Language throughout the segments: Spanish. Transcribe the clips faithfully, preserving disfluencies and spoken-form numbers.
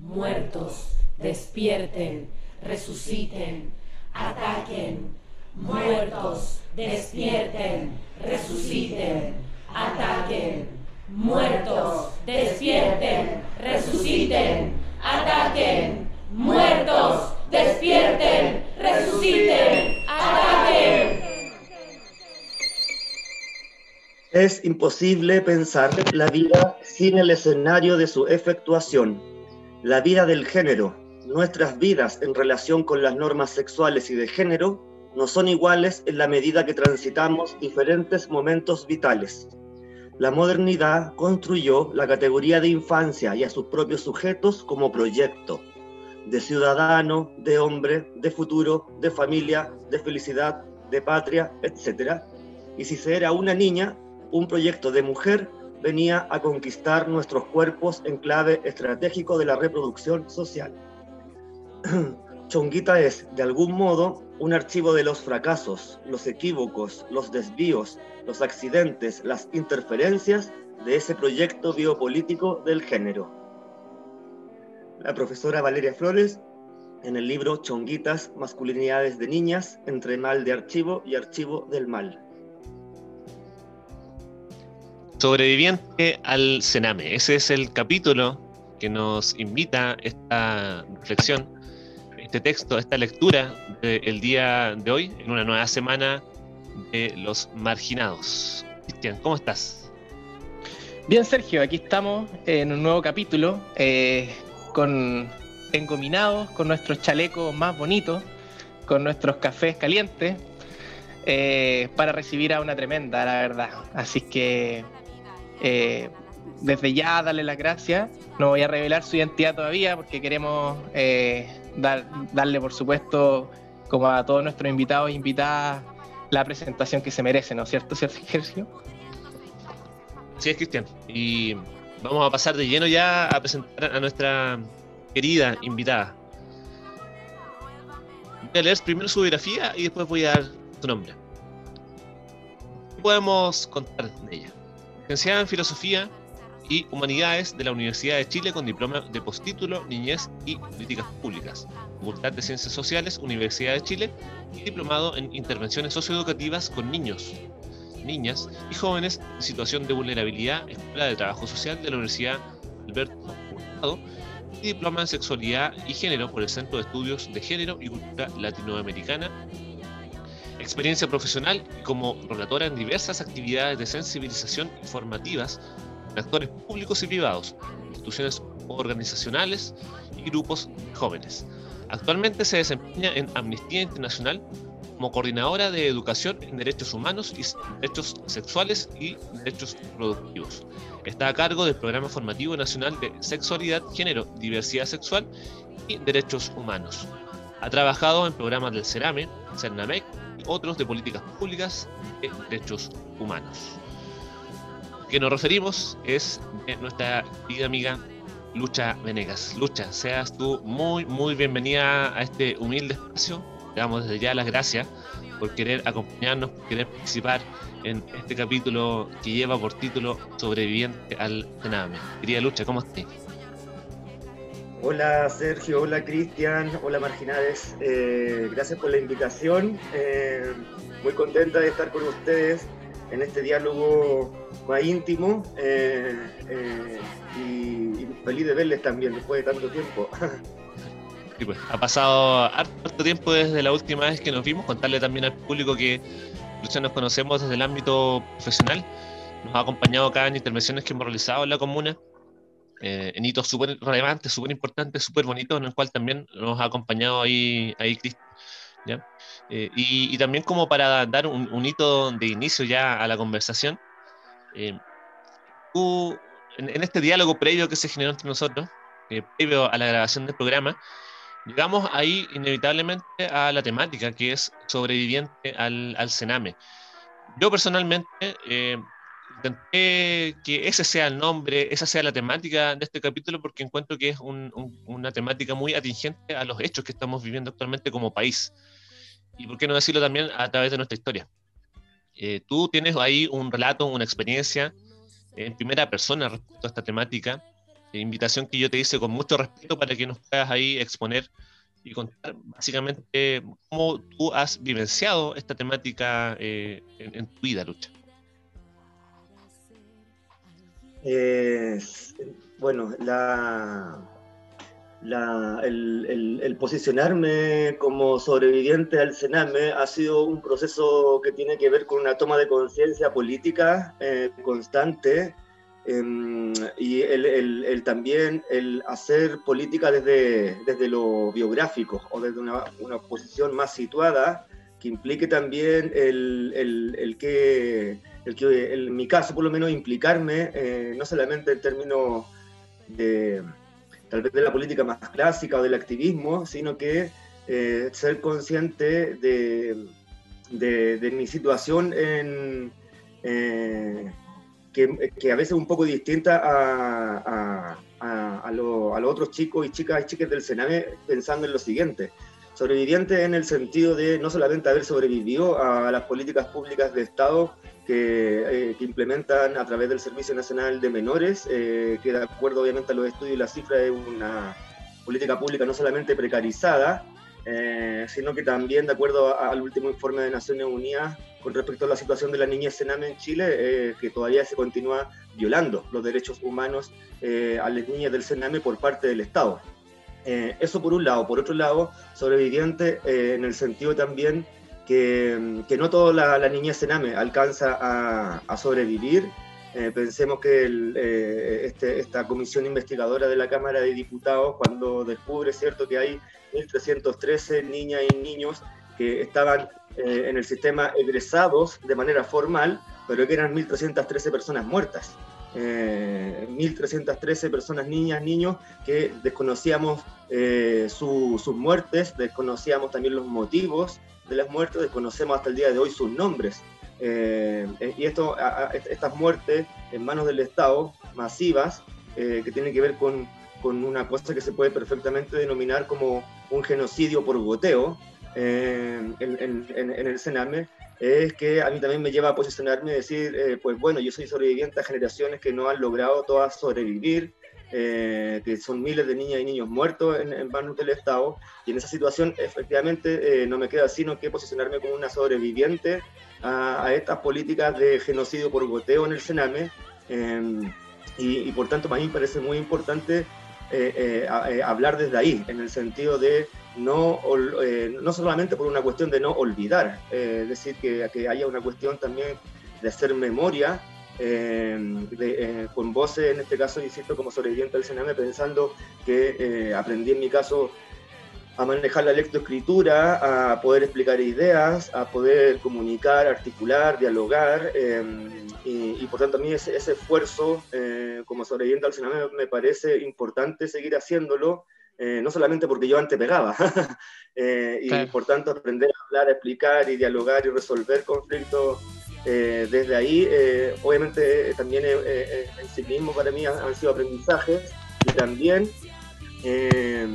muertos, despierten, resuciten, ataquen, muertos, despierten, resuciten, ataquen, muertos, despierten, resuciten, ataquen, muertos, despierten, resuciten, ataquen. Es imposible pensar la vida sin el escenario de su efectuación. La vida del género, nuestras vidas en relación con las normas sexuales y de género, no son iguales en la medida que transitamos diferentes momentos vitales. La modernidad construyó la categoría de infancia y a sus propios sujetos como proyecto, de ciudadano, de hombre, de futuro, de familia, de felicidad, de patria, etcétera. Y si se era una niña, un proyecto de mujer venía a conquistar nuestros cuerpos en clave estratégico de la reproducción social. Chonguita es, de algún modo, un archivo de los fracasos, los equívocos, los desvíos, los accidentes, las interferencias de ese proyecto biopolítico del género. La profesora Valeria Flores, en el libro Chonguitas, masculinidades de niñas, entre mal de archivo y archivo del mal. Sobreviviente al Cename. Ese es el capítulo que nos invita esta reflexión, este texto, esta lectura del día de hoy, en una nueva semana de los marginados. Cristian, ¿cómo estás? Bien, Sergio, aquí estamos en un nuevo capítulo, eh, con engominados, con nuestros chalecos más bonitos, con nuestros cafés calientes, eh, para recibir a una tremenda, la verdad. Así que Eh, desde ya darle las gracias. No voy a revelar su identidad todavía porque queremos eh, dar, darle, por supuesto, como a todos nuestros invitados e invitadas, la presentación que se merece, ¿no es cierto, Sergio? Sí, es Cristian. Y vamos a pasar de lleno ya a presentar a nuestra querida invitada. Voy a leer primero su biografía y después voy a dar su nombre. ¿Qué podemos contar de ella? Licenciada en Filosofía y Humanidades de la Universidad de Chile con diploma de postítulo, Niñez y Políticas Públicas, Facultad de Ciencias Sociales, Universidad de Chile, y diplomado en Intervenciones Socioeducativas con Niños, Niñas y Jóvenes en Situación de Vulnerabilidad, Escuela de Trabajo Social de la Universidad Alberto Hurtado, y diploma en Sexualidad y Género por el Centro de Estudios de Género y Cultura Latinoamericana. Experiencia profesional como relatora en diversas actividades de sensibilización informativas en actores públicos y privados, instituciones organizacionales y grupos jóvenes. Actualmente se desempeña en Amnistía Internacional como coordinadora de educación en derechos humanos y derechos sexuales y derechos reproductivos. Está a cargo del Programa Formativo Nacional de Sexualidad, Género, Diversidad Sexual y Derechos Humanos. Ha trabajado en programas del CERAME, CERNAMEC, otros de políticas públicas de derechos humanos. Que nos referimos es de nuestra querida amiga Lucha Venegas. Lucha, seas tú muy, muy bienvenida a este humilde espacio. Te damos desde ya las gracias por querer acompañarnos, por querer participar en este capítulo que lleva por título Sobreviviente al Cename. Querida Lucha, ¿cómo estás? Hola Sergio, hola Cristian, hola Marginales, eh, gracias por la invitación, eh, muy contenta de estar con ustedes en este diálogo más íntimo eh, eh, y, y feliz de verles también después de tanto tiempo. Sí, pues, ha pasado harto tiempo desde la última vez que nos vimos. Contarle también al público que incluso nos conocemos desde el ámbito profesional, nos ha acompañado acá en intervenciones que hemos realizado en la comuna. Eh, en hitos súper relevantes, súper importantes, súper bonitos, en el cual también nos ha acompañado ahí, ahí Cristian, ¿ya? Eh, y, y también como para dar un, un hito de inicio ya a la conversación, eh, tú, en, en este diálogo previo que se generó entre nosotros, eh, previo a la grabación del programa, llegamos ahí inevitablemente a la temática que es sobreviviente al, al Cename. Yo personalmente eh, intenté que ese sea el nombre, esa sea la temática de este capítulo, porque encuentro que es un, un, una temática muy atingente a los hechos que estamos viviendo actualmente como país. Y por qué no decirlo también a través de nuestra historia. Eh, tú tienes ahí un relato, una experiencia en primera persona respecto a esta temática. invitación que yo te hice con mucho respeto para que nos puedas ahí exponer y contar básicamente cómo tú has vivenciado esta temática eh, en, en tu vida, Lucha. Eh, bueno, la, la, el, el, el posicionarme como sobreviviente al Sename ha sido un proceso que tiene que ver con una toma de conciencia política eh, constante, eh, y el, el, el también el hacer política desde, desde lo biográfico o desde una, una posición más situada, que implique también el, el, el que, el que el, en mi caso por lo menos implicarme, eh, no solamente en términos de tal vez de la política más clásica o del activismo, sino que eh, ser consciente de, de, de mi situación en, eh, que, que a veces es un poco distinta a, a, a, a, lo, a los otros chicos y chicas y chicas del Sename, pensando en lo siguiente. Sobreviviente en el sentido de no solamente haber sobrevivido a las políticas públicas de Estado que, eh, que implementan a través del Servicio Nacional de Menores, eh, que de acuerdo obviamente a los estudios y las cifras es una política pública no solamente precarizada, eh, sino que también de acuerdo a, al último informe de Naciones Unidas con respecto a la situación de la niñez Sename en Chile, eh, que todavía se continúa violando los derechos humanos eh, a las niñas del Sename por parte del Estado. Eh, eso por un lado. Por otro lado, sobreviviente eh, en el sentido también que, que no toda la, la niñez Sename alcanza a, a sobrevivir. Eh, pensemos que el, eh, este, esta comisión investigadora de la Cámara de Diputados, cuando descubre, ¿cierto?, que hay mil trescientos trece niñas y niños que estaban eh, en el sistema egresados de manera formal, pero que eran mil trescientas trece personas muertas. Eh, mil trescientas trece personas, niñas, niños, que desconocíamos eh, su, sus muertes, desconocíamos también los motivos de las muertes, desconocemos hasta el día de hoy sus nombres. Eh, y esto, a, a, estas muertes en manos del Estado, masivas, eh, que tienen que ver con, con una cosa que se puede perfectamente denominar como un genocidio por goteo eh, en, en, en, en el Sename, es que a mí también me lleva a posicionarme y decir, eh, pues bueno, yo soy sobreviviente a generaciones que no han logrado todas sobrevivir, eh, que son miles de niñas y niños muertos en, en manos del Estado, y en esa situación efectivamente eh, no me queda sino que posicionarme como una sobreviviente a, a estas políticas de genocidio por goteo en el Sename, eh, y, y por tanto para mí me parece muy importante eh, eh, a, eh, hablar desde ahí, en el sentido de No, eh, no solamente por una cuestión de no olvidar, eh, es decir, que, que haya una cuestión también de hacer memoria, eh, de, eh, con voces, en este caso, insisto, como sobreviviente del Sename, pensando que eh, aprendí en mi caso a manejar la lectoescritura, a poder explicar ideas, a poder comunicar, articular, dialogar, eh, y, y por tanto a mí ese, ese esfuerzo eh, como sobreviviente del Sename me parece importante seguir haciéndolo. Eh, no solamente porque yo antes pegaba, eh, y claro, por tanto aprender a hablar, a explicar y dialogar y resolver conflictos eh, desde ahí, eh, obviamente eh, también eh, eh, en sí mismo para mí han, han sido aprendizajes, y también, eh,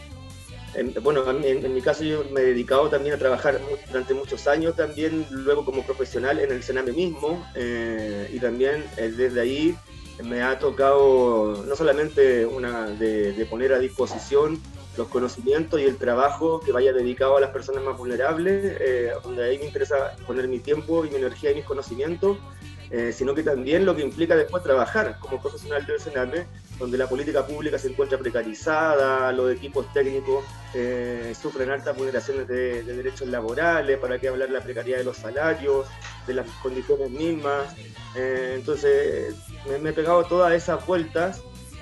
en, bueno, en, en mi caso yo me he dedicado también a trabajar durante muchos años también, luego como profesional en el Sename mismo, eh, y también eh, desde ahí me ha tocado no solamente una de, de poner a disposición los conocimientos y el trabajo que vaya dedicado a las personas más vulnerables, eh, donde ahí me interesa poner mi tiempo y mi energía y mis conocimientos, eh, sino que también lo que implica después trabajar como profesional del Sename, donde la política pública se encuentra precarizada, los equipos técnicos eh, sufren altas vulneraciones de, de derechos laborales, para qué hablar de la precariedad de los salarios, de las condiciones mismas. Eh, entonces me, me he pegado todas esas vueltas,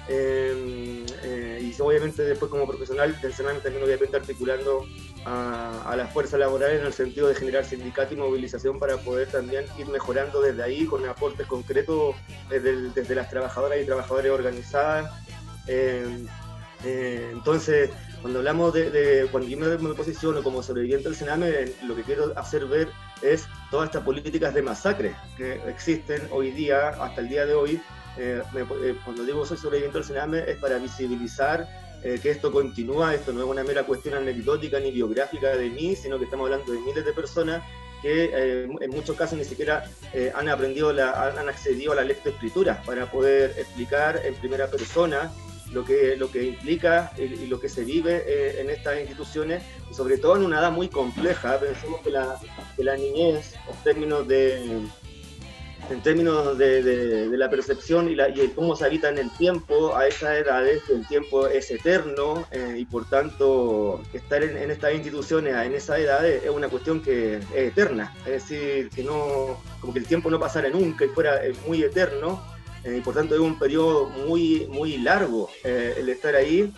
eh, eh, y obviamente después como profesional del Sename también obviamente articulando a, a la fuerza laboral en el sentido de generar sindicato y movilización para poder también ir mejorando desde ahí con aportes concretos desde, el, desde las trabajadoras y trabajadores organizadas. Eh, eh, entonces cuando hablamos de, de cuando yo me, me posiciono como sobreviviente del Sename, lo que quiero hacer ver es todas estas políticas de masacre que existen hoy día, hasta el día de hoy. Eh, me, eh, cuando digo soy sobreviviente del Sename es para visibilizar eh, que esto continúa, esto no es una mera cuestión anecdótica ni biográfica de mí, sino que estamos hablando de miles de personas que eh, en muchos casos ni siquiera eh, han aprendido, la, han accedido a la lectoescritura para poder explicar en primera persona lo que, lo que implica y, y lo que se vive eh, en estas instituciones, y sobre todo en una edad muy compleja. Pensemos que la, que la niñez, en términos de, en términos de, de, de la percepción y, la, y cómo se habita en el tiempo, a esas edades el tiempo es eterno, eh, y por tanto estar en, en estas instituciones en esas edades es una cuestión que es eterna, es decir, que no, como que el tiempo no pasara nunca y fuera muy eterno, eh, y por tanto es un periodo muy, muy largo eh, el estar ahí.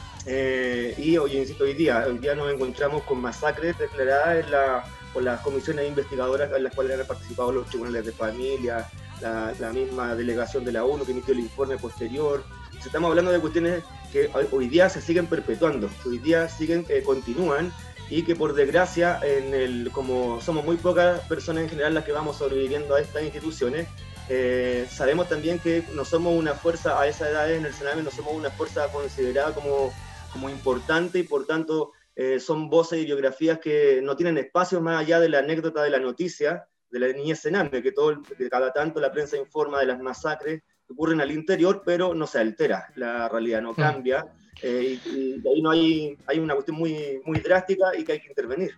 Eh, y hoy, insisto, hoy día, hoy día nos encontramos con masacres declaradas en la, por las comisiones investigadoras en las cuales han participado los tribunales de familia, la, la misma delegación de la ONU que emitió el informe posterior. Entonces, estamos hablando de cuestiones que hoy, hoy día se siguen perpetuando, que hoy día siguen, eh, continúan, y que por desgracia, en el, como somos muy pocas personas en general las que vamos sobreviviendo a estas instituciones, eh, sabemos también que no somos una fuerza, a esa edad en el Sename no somos una fuerza considerada como como importante, y por tanto eh, son voces y biografías que no tienen espacio más allá de la anécdota de la noticia de la niñez Sename, que, todo, que cada tanto la prensa informa de las masacres que ocurren al interior, pero no se altera, la realidad no cambia, eh, y, y ahí no hay, hay una cuestión muy, muy drástica y que hay que intervenir.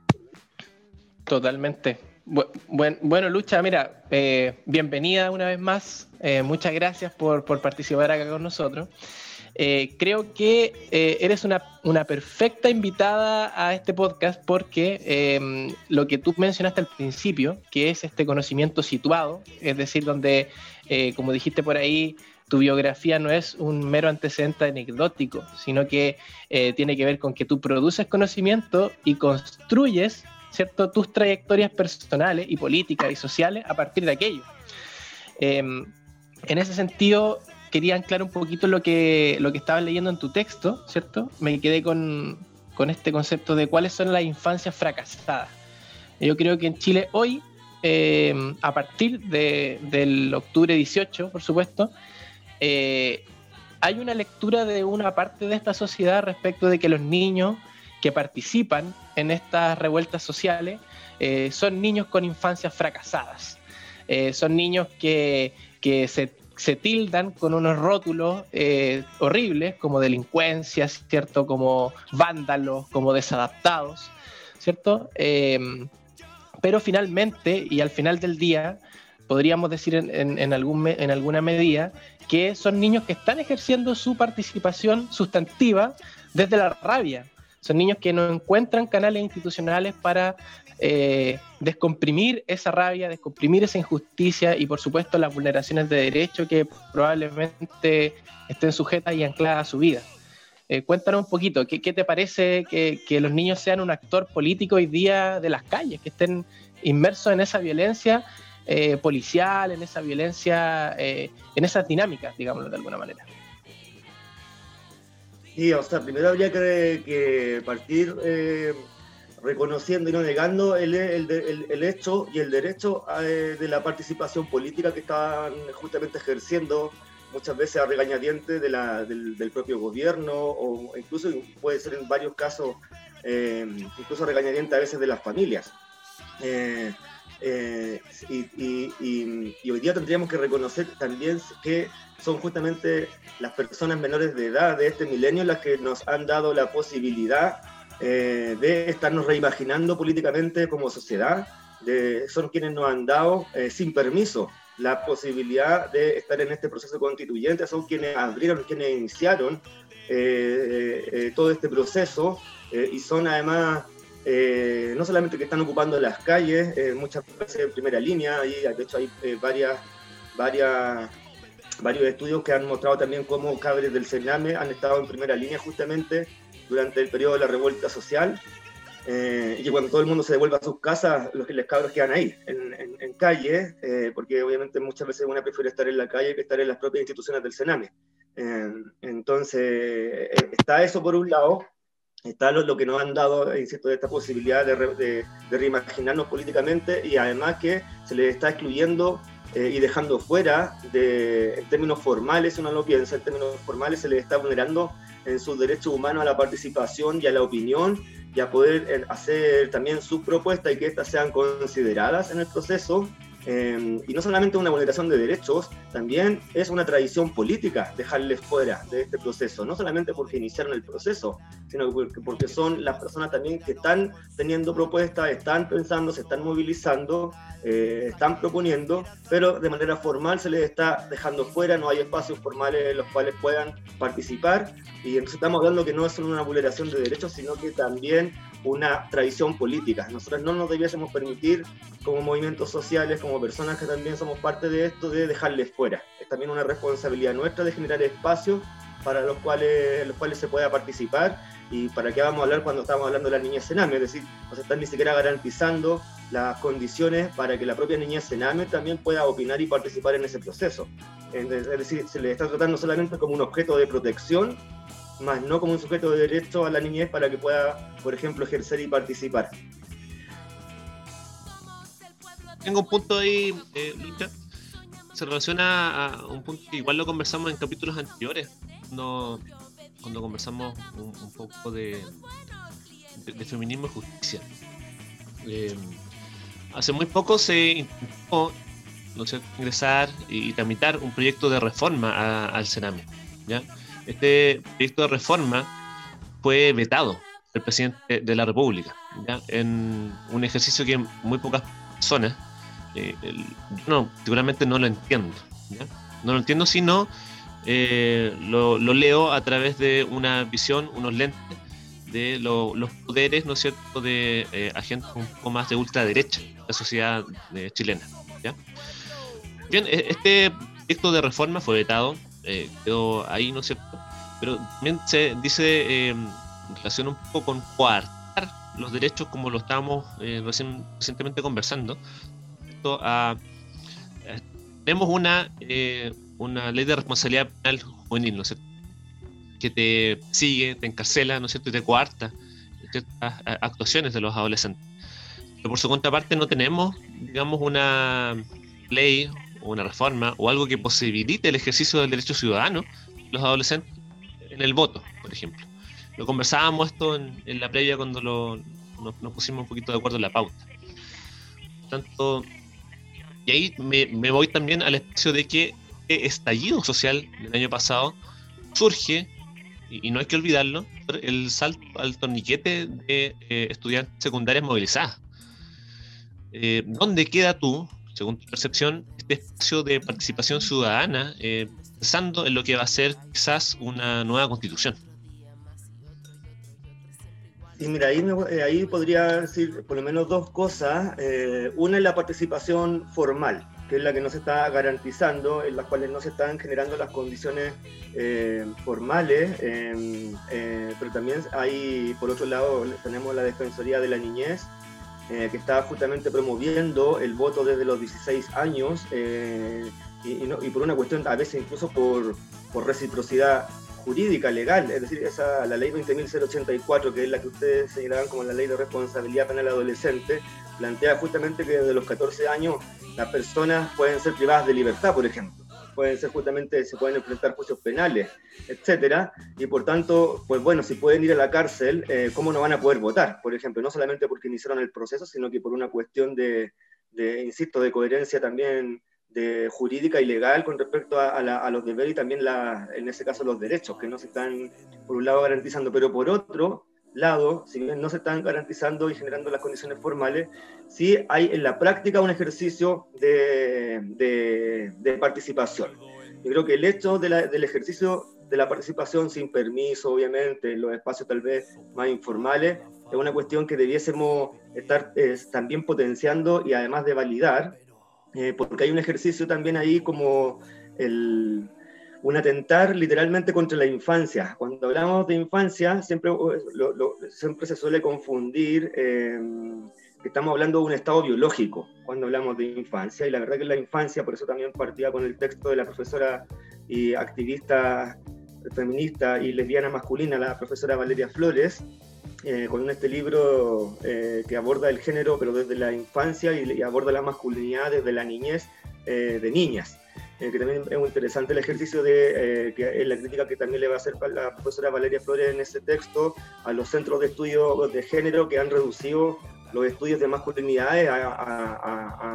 Totalmente. Bueno, bueno, Lucha, mira, eh, bienvenida una vez más, eh, muchas gracias por, por participar acá con nosotros. Eh, creo que eh, eres una, una perfecta invitada a este podcast porque eh, lo que tú mencionaste al principio, que es este conocimiento situado, es decir, donde, eh, como dijiste por ahí, tu biografía no es un mero antecedente anecdótico, sino que eh, tiene que ver con que tú produces conocimiento y construyes, ¿cierto?, tus trayectorias personales y políticas y sociales a partir de aquello. Eh, en ese sentido, quería anclar un poquito lo que, lo que estabas leyendo en tu texto, ¿cierto? Me quedé con, con este concepto de cuáles son las infancias fracasadas. Yo creo que en Chile hoy, eh, a partir de, del octubre dieciocho, por supuesto, eh, hay una lectura de una parte de esta sociedad respecto de que los niños que participan en estas revueltas sociales eh, son niños con infancias fracasadas. Eh, son niños que, que se se tildan con unos rótulos eh, horribles, como delincuencia, ¿cierto?, como vándalos, como desadaptados, ¿cierto? Eh, pero finalmente, y al final del día, podríamos decir en, en, en, algún, en alguna medida, que son niños que están ejerciendo su participación sustantiva desde la rabia. Son niños que no encuentran canales institucionales para eh, descomprimir esa rabia, descomprimir esa injusticia y, por supuesto, las vulneraciones de derecho que probablemente estén sujetas y ancladas a su vida. Eh, cuéntanos un poquito, ¿qué, qué te parece que, que los niños sean un actor político hoy día de las calles, que estén inmersos en esa violencia eh, policial, en esa violencia, eh, en esas dinámicas, digámoslo de alguna manera? Sí, o sea, primero habría que, que partir eh, reconociendo y no negando el, el, el, el hecho y el derecho eh, de la participación política que están justamente ejerciendo muchas veces a regañadientes de la, del, del propio gobierno, o incluso puede ser en varios casos, eh, incluso a regañadientes a veces de las familias. Eh, eh, y, y, y, y hoy día tendríamos que reconocer también que son justamente las personas menores de edad de este milenio las que nos han dado la posibilidad eh, de estarnos reimaginando políticamente como sociedad. De, son quienes nos han dado, eh, sin permiso, la posibilidad de estar en este proceso constituyente, son quienes abrieron, quienes iniciaron eh, eh, todo este proceso, eh, y son además eh, no solamente que están ocupando las calles, eh, muchas veces en primera línea, y de hecho hay eh, varias, varias varios estudios que han mostrado también cómo cabres del Sename han estado en primera línea justamente durante el periodo de la revuelta social, eh, y que cuando todo el mundo se devuelve a sus casas, los, los cabros quedan ahí, en, en, en calle, eh, porque obviamente muchas veces una prefiere estar en la calle que estar en las propias instituciones del Sename. Eh, entonces, eh, está eso por un lado, está lo, lo que nos han dado, insisto, de esta posibilidad de, re, de, de reimaginarnos políticamente, y además que se les está excluyendo Eh, y dejando fuera, de, en términos formales, si uno lo piensa, en términos formales se les está vulnerando en sus derechos humanos a la participación y a la opinión, y a poder eh, hacer también sus propuestas y que éstas sean consideradas en el proceso, eh, y no solamente una vulneración de derechos, también es una tradición política dejarles fuera de este proceso, no solamente porque iniciaron el proceso, sino porque, porque son las personas también que están teniendo propuestas, están pensando, se están movilizando, eh, están proponiendo, pero de manera formal se les está dejando fuera, no hay espacios formales en los cuales puedan participar, y entonces estamos hablando que no es solo una vulneración de derechos, sino que también una tradición política. Nosotros no nos debiésemos permitir, como movimientos sociales, como personas que también somos parte de esto, de dejarles fuera. Es también una responsabilidad nuestra de generar espacios para los cuales, los cuales se pueda participar. ¿Y para qué vamos a hablar cuando estamos hablando de la niñez Sename? Es decir, no se están ni siquiera garantizando las condiciones para que la propia niñez Sename también pueda opinar y participar en ese proceso. Es decir, se le está tratando solamente como un objeto de protección, más no como un sujeto de derecho a la niñez para que pueda, por ejemplo, ejercer y participar. Tengo un punto ahí, eh, Lucha, se relaciona a un punto que igual lo conversamos en capítulos anteriores, cuando, cuando conversamos un, un poco de, de, de feminismo y justicia. Eh, hace muy poco se intentó, no sé, ingresar y, y tramitar un proyecto de reforma a, al Sename, ¿ya? Este proyecto de reforma fue vetado por el presidente de la República, ¿ya? En un ejercicio que muy pocas personas, eh, el, no, seguramente no lo entiendo, ¿ya? No lo entiendo, sino eh, lo, lo leo a través de una visión, unos lentes de lo, los poderes, ¿no es cierto?, de eh, agentes un poco más de ultraderecha de la sociedad eh, chilena, ¿ya? Bien, este proyecto de reforma fue vetado. Eh, quedó ahí, ¿no es cierto? Pero también se dice, eh, en relación un poco con coartar los derechos, como lo estábamos eh, recién, recientemente conversando. Esto, a, a, tenemos una, eh, una ley de responsabilidad penal juvenil, ¿no es cierto?, que te sigue, te encarcela, ¿no es cierto?, y te coarta ciertas actuaciones de los adolescentes. Pero por su contraparte no tenemos, digamos, una ley o una reforma o algo que posibilite el ejercicio del derecho ciudadano de los adolescentes en el voto, por ejemplo. Lo conversábamos esto en, en la previa cuando lo, nos, nos pusimos un poquito de acuerdo en la pauta. Tanto, y ahí me, me voy también al espacio de que el estallido social del año pasado surge, y, y no hay que olvidarlo, el salto al torniquete de eh, estudiantes secundarias movilizadas. Eh, ¿Dónde queda tú, según tu percepción, este espacio de participación ciudadana, eh, pensando en lo que va a ser quizás una nueva constitución? Y mira, ahí, me, ahí podría decir por lo menos dos cosas. Eh, una es la participación formal, que es la que no se está garantizando, en las cuales no se están generando las condiciones eh, formales, eh, eh, pero también hay, por otro lado, tenemos la Defensoría de la Niñez, eh, que está justamente promoviendo el voto desde los dieciséis años, eh, y, y, no, y por una cuestión a veces incluso por, por reciprocidad jurídica, legal, es decir, esa, la ley veinte mil ochenta y cuatro, que es la que ustedes señalaban como la ley de responsabilidad penal adolescente, plantea justamente que desde los catorce años las personas pueden ser privadas de libertad, por ejemplo, pueden ser justamente, se pueden enfrentar juicios penales, etcétera, y por tanto, pues bueno, si pueden ir a la cárcel, eh, ¿cómo no van a poder votar? Por ejemplo, no solamente porque iniciaron el proceso, sino que por una cuestión de, de insisto, de coherencia también de jurídica y legal con respecto a, a, la, a los deberes y también la, en ese caso los derechos que no se están por un lado garantizando, pero por otro lado, si bien no se están garantizando y generando las condiciones formales, sí hay en la práctica un ejercicio de, de, de participación. Yo creo que el hecho de la, del ejercicio de la participación sin permiso, obviamente, en los espacios tal vez más informales, es una cuestión que debiésemos estar eh, también potenciando y además de validar, Eh, porque hay un ejercicio también ahí como el, un atentar literalmente contra la infancia. Cuando hablamos de infancia siempre, lo, lo, siempre se suele confundir eh, que estamos hablando de un estado biológico cuando hablamos de infancia, y la verdad que la infancia, por eso también partía con el texto de la profesora y activista feminista y lesbiana masculina, la profesora Valeria Flores, Eh, con este libro eh, que aborda el género pero desde la infancia y, y aborda la masculinidad desde la niñez eh, de niñas, eh, que también es muy interesante el ejercicio de eh, que es la crítica que también le va a hacer la profesora Valeria Flores en ese texto a los centros de estudio de género que han reducido los estudios de masculinidades a, a, a,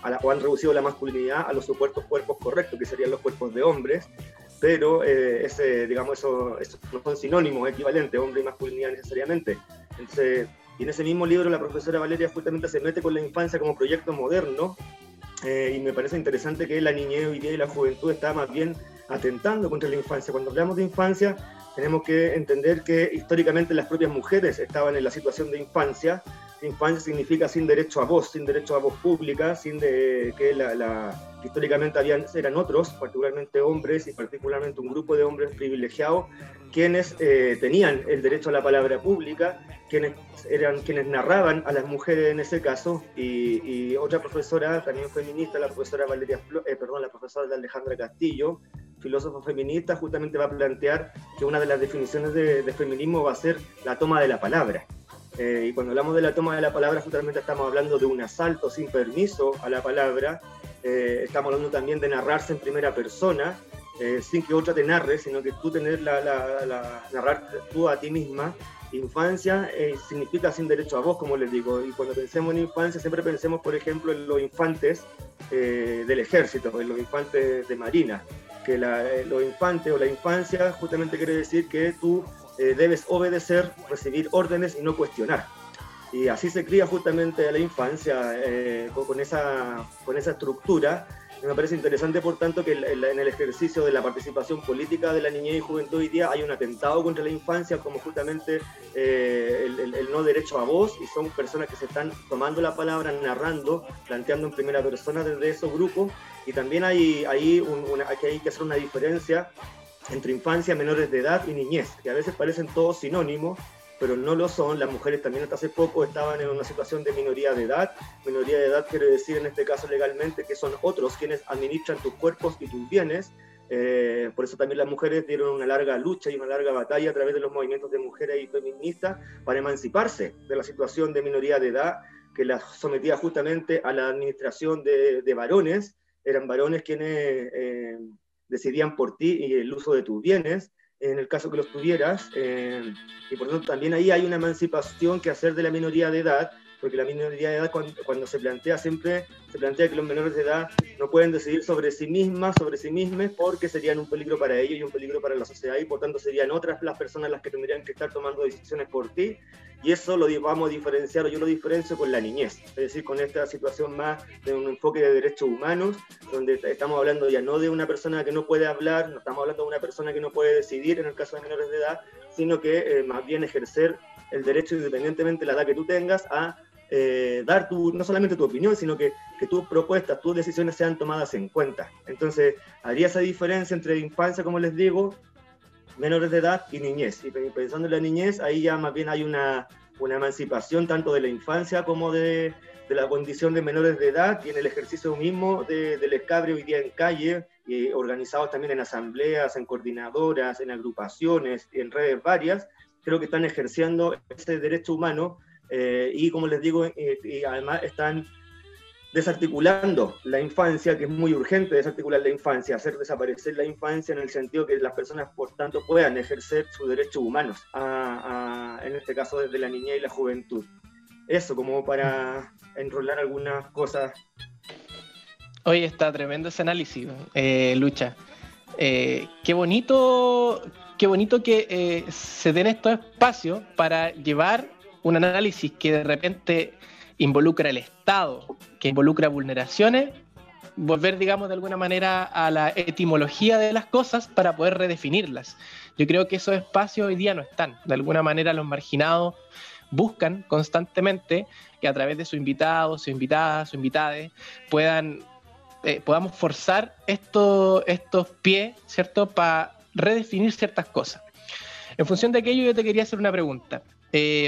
a la, o han reducido la masculinidad a los supuestos cuerpos correctos, que serían los cuerpos de hombres, pero eh, ese, digamos, eso, eso no son sinónimos equivalentes, hombre y masculinidad necesariamente. Entonces, y en ese mismo libro la profesora Valeria justamente se mete con la infancia como proyecto moderno, eh, y me parece interesante que la niñez hoy día y la juventud está más bien atentando contra la infancia. Cuando hablamos de infancia, tenemos que entender que históricamente las propias mujeres estaban en la situación de infancia. Infancia significa sin derecho a voz, sin derecho a voz pública, sin de, que la, la, históricamente habían, eran otros, particularmente hombres y particularmente un grupo de hombres privilegiados, quienes eh, tenían el derecho a la palabra pública, quienes eran quienes narraban a las mujeres en ese caso, y, y otra profesora, también feminista, la profesora Valeria, eh, perdón, la profesora Alejandra Castillo, filósofa feminista, justamente va a plantear que una de las definiciones de, de feminismo va a ser la toma de la palabra. Eh, y cuando hablamos de la toma de la palabra, justamente estamos hablando de un asalto sin permiso a la palabra, eh, estamos hablando también de narrarse en primera persona, eh, sin que otra te narre, sino que tú tener la, la, la, narrar tú a ti misma. Infancia eh, significa sin derecho a voz, como les digo, y cuando pensemos en infancia siempre pensemos, por ejemplo, en los infantes eh, del ejército, en los infantes de marina, que la, eh, los infantes o la infancia justamente quiere decir que tú eh, debes obedecer, recibir órdenes y no cuestionar. Y así se cría justamente la infancia eh, con, con, esa, con esa estructura. Y me parece interesante, por tanto, que en el ejercicio de la participación política de la niñez y juventud hoy día hay un atentado contra la infancia, como justamente eh, el, el, el no derecho a voz, y son personas que se están tomando la palabra, narrando, planteando en primera persona desde esos grupos. Y también hay, hay, un, una, aquí hay que hacer una diferencia entre infancia, menores de edad y niñez, que a veces parecen todos sinónimos, pero no lo son. Las mujeres también hasta hace poco estaban en una situación de minoría de edad. Minoría de edad quiere decir en este caso legalmente que son otros quienes administran tus cuerpos y tus bienes. Eh, por eso también las mujeres dieron una larga lucha y una larga batalla a través de los movimientos de mujeres y feministas para emanciparse de la situación de minoría de edad que las sometía justamente a la administración de, de varones. Eran varones quienes eh, decidían por ti y el uso de tus bienes, en el caso que los tuvieras, eh, y por lo tanto también ahí hay una emancipación que hacer de la minoría de edad, porque la minoría de edad cuando, cuando se plantea siempre, se plantea que los menores de edad no pueden decidir sobre sí mismas, sobre sí mismos, porque serían un peligro para ellos y un peligro para la sociedad, y por tanto serían otras las personas las que tendrían que estar tomando decisiones por ti, y eso lo vamos a diferenciar, o yo lo diferencio con la niñez, es decir, con esta situación más de un enfoque de derechos humanos, donde estamos hablando ya no de una persona que no puede hablar, no estamos hablando de una persona que no puede decidir en el caso de menores de edad, sino que eh, más bien ejercer el derecho, independientemente de la edad que tú tengas, a eh, dar tu, no solamente tu opinión, sino que, que tus propuestas, tus decisiones sean tomadas en cuenta. Entonces, haría esa diferencia entre infancia, como les digo, menores de edad y niñez. Y pensando en la niñez, ahí ya más bien hay una, una emancipación tanto de la infancia como de, de la condición de menores de edad, y en el ejercicio mismo de, del escabre hoy día en calle, y organizados también en asambleas, en coordinadoras, en agrupaciones, en redes varias, creo que están ejerciendo ese derecho humano, eh, y como les digo, eh, y además están desarticulando la infancia, que es muy urgente desarticular la infancia, hacer desaparecer la infancia en el sentido que las personas, por tanto, puedan ejercer sus derechos humanos, a, a, en este caso desde la niñez y la juventud. Eso, como para enrolar algunas cosas. Oye, está tremendo ese análisis, eh, Lucha. Eh, qué bonito, qué bonito que eh, se den estos espacios para llevar un análisis que de repente involucra el Estado, que involucra vulneraciones, volver, digamos, de alguna manera a la etimología de las cosas para poder redefinirlas. Yo creo que esos espacios hoy día no están. De alguna manera los marginados buscan constantemente que a través de sus invitados, sus invitadas, sus invitades, puedan, eh, podamos forzar estos, estos pies, ¿cierto?, para redefinir ciertas cosas. En función de aquello, yo te quería hacer una pregunta. Eh,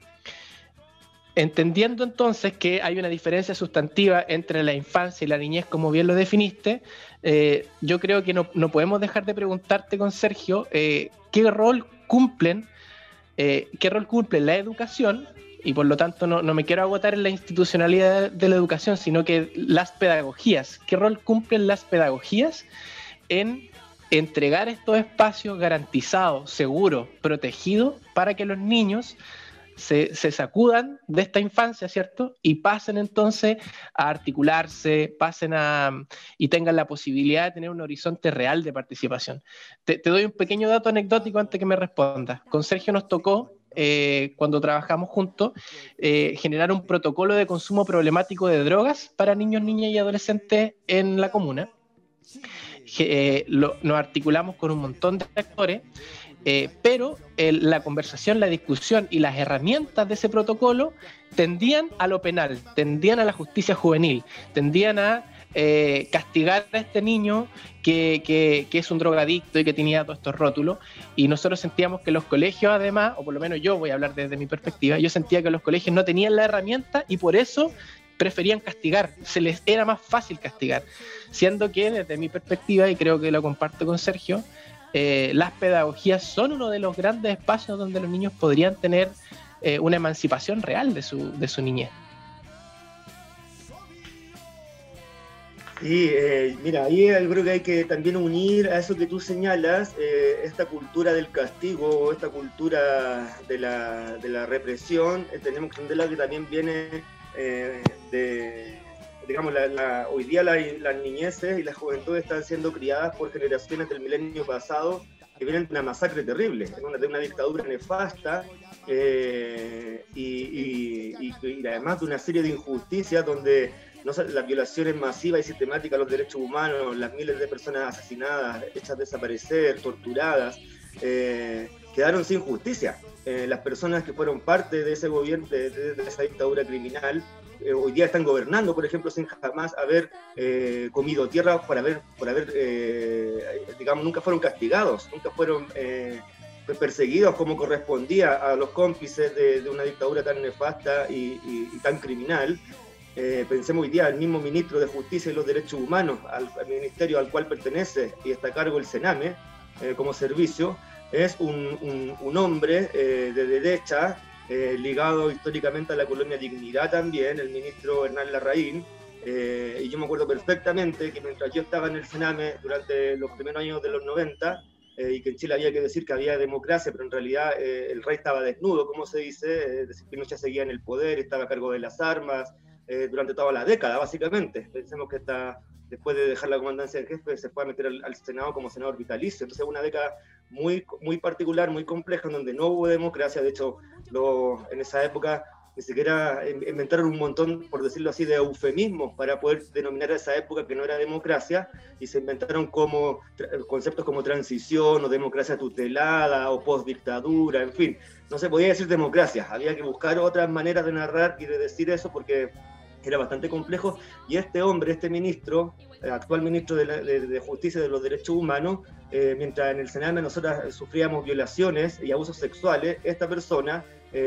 Entendiendo entonces que hay una diferencia sustantiva entre la infancia y la niñez, como bien lo definiste, eh, yo creo que no, no podemos dejar de preguntarte con Sergio eh, qué rol cumplen, eh, qué rol cumple la educación, y por lo tanto no, no me quiero agotar en la institucionalidad de la educación, sino que las pedagogías, qué rol cumplen las pedagogías en entregar estos espacios garantizados, seguros, protegidos, para que los niños se, se sacudan de esta infancia, ¿cierto? Y pasen entonces a articularse, pasen a, y tengan la posibilidad de tener un horizonte real de participación. Te, te doy un pequeño dato anecdótico antes que me respondas. Con Sergio nos tocó, eh, cuando trabajamos juntos, eh, generar un protocolo de consumo problemático de drogas para niños, niñas y adolescentes en la comuna. Eh, lo, nos articulamos con un montón de actores, eh, pero el, la conversación, la discusión y las herramientas de ese protocolo tendían a lo penal, tendían a la justicia juvenil, tendían a eh, castigar a este niño que, que, que es un drogadicto y que tenía todos estos rótulos, y nosotros sentíamos que los colegios además, o por lo menos yo voy a hablar desde mi perspectiva, yo sentía que los colegios no tenían la herramienta y por eso preferían castigar, se les era más fácil castigar, siendo que desde mi perspectiva, y creo que lo comparto con Sergio, eh, las pedagogías son uno de los grandes espacios donde los niños podrían tener eh, una emancipación real de su, de su niñez. Sí, eh, mira, ahí yo creo que hay que también unir a eso que tú señalas, eh, esta cultura del castigo, esta cultura de la, de la represión, eh, tenemos que entenderla que también viene eh, de, digamos, la, la, hoy día la, las niñeces y las juventudes están siendo criadas por generaciones del milenio pasado que vienen de una masacre terrible, de una, de una dictadura nefasta, eh, y, y, y, y además de una serie de injusticias donde no, las violaciones masivas y sistemáticas a los derechos humanos, las miles de personas asesinadas, hechas desaparecer, torturadas, eh, quedaron sin justicia. Eh, las personas que fueron parte de ese gobierno, de, de, de esa dictadura criminal, eh, hoy día están gobernando, por ejemplo, sin jamás haber eh, comido tierra, por haber, por haber eh, digamos, nunca fueron castigados, nunca fueron eh, perseguidos como correspondía a los cómplices de, de una dictadura tan nefasta y, y, y tan criminal. Eh, pensemos hoy día al mismo ministro de Justicia y los Derechos Humanos, al, al ministerio al cual pertenece y está a cargo el Sename eh, como servicio, es un, un, un hombre eh, de derecha, eh, ligado históricamente a la colonia Dignidad también, el ministro Hernán Larraín, eh, y yo me acuerdo perfectamente que mientras yo estaba en el Sename durante los primeros años de los noventa, eh, y que en Chile había que decir que había democracia, pero en realidad eh, el rey estaba desnudo, como se dice, eh, decir, Pinochet seguía en el poder, estaba a cargo de las armas, Eh, durante toda la década, básicamente. Pensemos que está, después de dejar la comandancia del jefe, se fue a meter al, al Senado como senador vitalicio. Entonces, una década muy, muy particular, muy compleja, en donde no hubo democracia. De hecho, lo, en esa época ni siquiera inventaron un montón, por decirlo así, de eufemismos para poder denominar a esa época que no era democracia, y se inventaron como conceptos como transición o democracia tutelada o postdictadura, en fin. No se podía decir democracia, había que buscar otras maneras de narrar y de decir eso porque era bastante complejo, y este hombre, este ministro, eh, actual ministro de, la, de, de Justicia y de los Derechos Humanos, eh, mientras en el Sename nosotros sufríamos violaciones y abusos sexuales, esta persona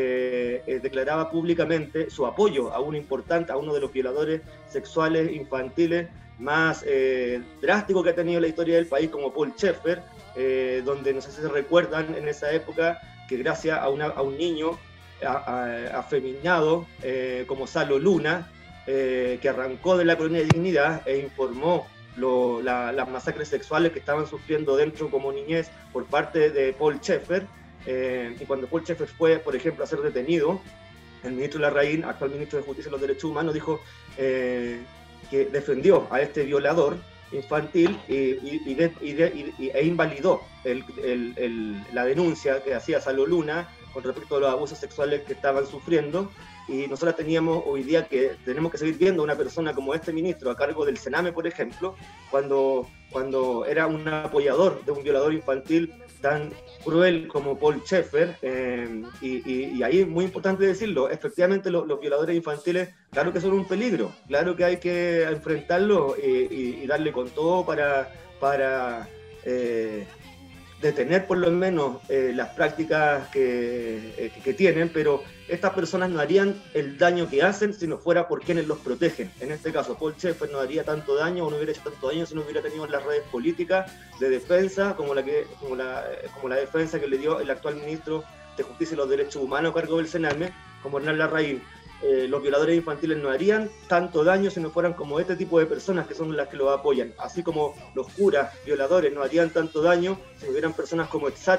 eh, eh, declaraba públicamente su apoyo a uno importante, a uno de los violadores sexuales infantiles más eh, drástico que ha tenido la historia del país, como Paul Schaeffer, eh, donde no sé si se recuerdan en esa época que gracias a, una, a un niño a, a, afeminado eh, como Salo Luna, Eh, que arrancó de la colonia de Dignidad e informó lo, la, las masacres sexuales que estaban sufriendo dentro como niñez por parte de Paul Schaeffer, eh, y cuando Paul Schaeffer fue, por ejemplo, a ser detenido, el ministro Larraín, actual ministro de Justicia y los Derechos Humanos, dijo eh, que defendió a este violador infantil y, y, y, de, y, de, y e invalidó el, el, el, la denuncia que hacía Salo Luna con respecto a los abusos sexuales que estaban sufriendo. Y nosotros teníamos hoy día que tenemos que seguir viendo a una persona como este ministro a cargo del Sename, por ejemplo, cuando, cuando era un apoyador de un violador infantil tan cruel como Paul Schaeffer, eh, y, y, y ahí es muy importante decirlo, efectivamente los, los violadores infantiles, claro que son un peligro, claro que hay que enfrentarlos y, y, y darle con todo para, para eh, detener por lo menos eh, las prácticas que, eh, que tienen, pero estas personas no harían el daño que hacen si no fuera por quienes los protegen. En este caso, Paul Schaeffer no haría tanto daño o no hubiera hecho tanto daño si no hubiera tenido las redes políticas de defensa como la, que, como la, como la defensa que le dio el actual ministro de Justicia y los Derechos Humanos a cargo del Sename, como Hernán Larraín. Eh, los violadores infantiles no harían tanto daño si no fueran como este tipo de personas que son las que los apoyan, así como los curas violadores no harían tanto daño si hubieran personas como Exati,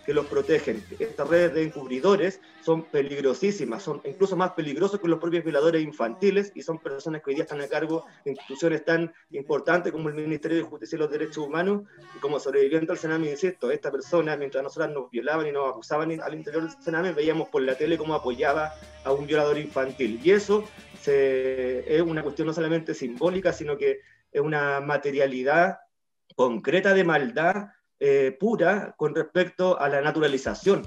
que los protegen. Estas redes de encubridores son peligrosísimas, son incluso más peligrosos que los propios violadores infantiles, y son personas que hoy día están a cargo de instituciones tan importantes como el Ministerio de Justicia y los Derechos Humanos, y como sobreviviente al Sename, insisto, esta persona, mientras nosotras nos violaban y nos abusaban al interior del Sename, veíamos por la tele cómo apoyaba a un violador infantil, y eso se, es una cuestión no solamente simbólica, sino que es una materialidad concreta de maldad eh, pura con respecto a la naturalización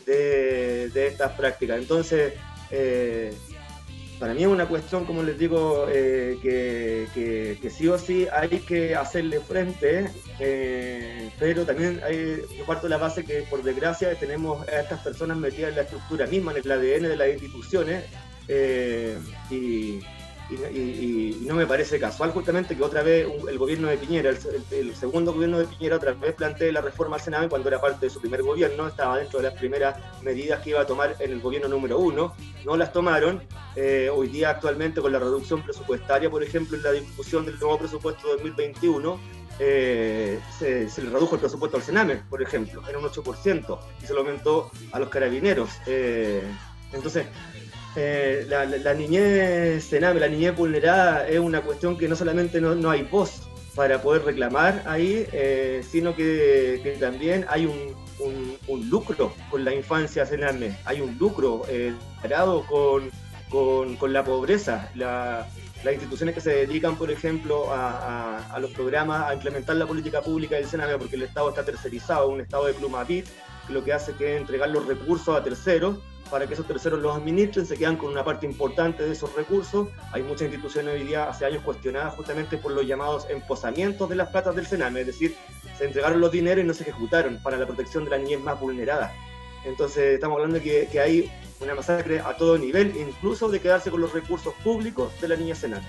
de, de estas prácticas. Entonces, eh, para mí es una cuestión, como les digo, eh, que, que, que sí o sí hay que hacerle frente, eh, pero también hay, yo parto de la base que, por desgracia, tenemos a estas personas metidas en la estructura misma, en el A D N de las instituciones, eh, y... Y, y, y no me parece casual justamente que otra vez el gobierno de Piñera, el, el, el segundo gobierno de Piñera, otra vez plantee la reforma al Sename cuando era parte de su primer gobierno, estaba dentro de las primeras medidas que iba a tomar en el gobierno número uno, no las tomaron. Eh, hoy día actualmente con la reducción presupuestaria, por ejemplo, en la discusión del nuevo presupuesto de dos mil veintiuno, eh, se, se le redujo el presupuesto al Sename, por ejemplo, en un ocho por ciento, y se lo aumentó a los carabineros. Eh, entonces, Eh, la, la, la niñez Sename, la niñez vulnerada es una cuestión que no solamente no, no hay voz para poder reclamar ahí, eh, sino que, que también hay un, un, un lucro con la infancia Sename, hay un lucro eh, parado con, con, con la pobreza. La, las instituciones que se dedican, por ejemplo, a, a, a los programas, a implementar la política pública del Sename, porque el Estado está tercerizado, un Estado de plumavit, que lo que hace que es entregar los recursos a terceros, para que esos terceros los administren, se quedan con una parte importante de esos recursos. Hay muchas instituciones hoy día, hace años, cuestionadas justamente por los llamados emposamientos de las platas del Sename, es decir, se entregaron los dineros y no se ejecutaron para la protección de la niñez más vulnerada. Entonces estamos hablando de que, que hay una masacre a todo nivel, incluso de quedarse con los recursos públicos de la niñez Sename.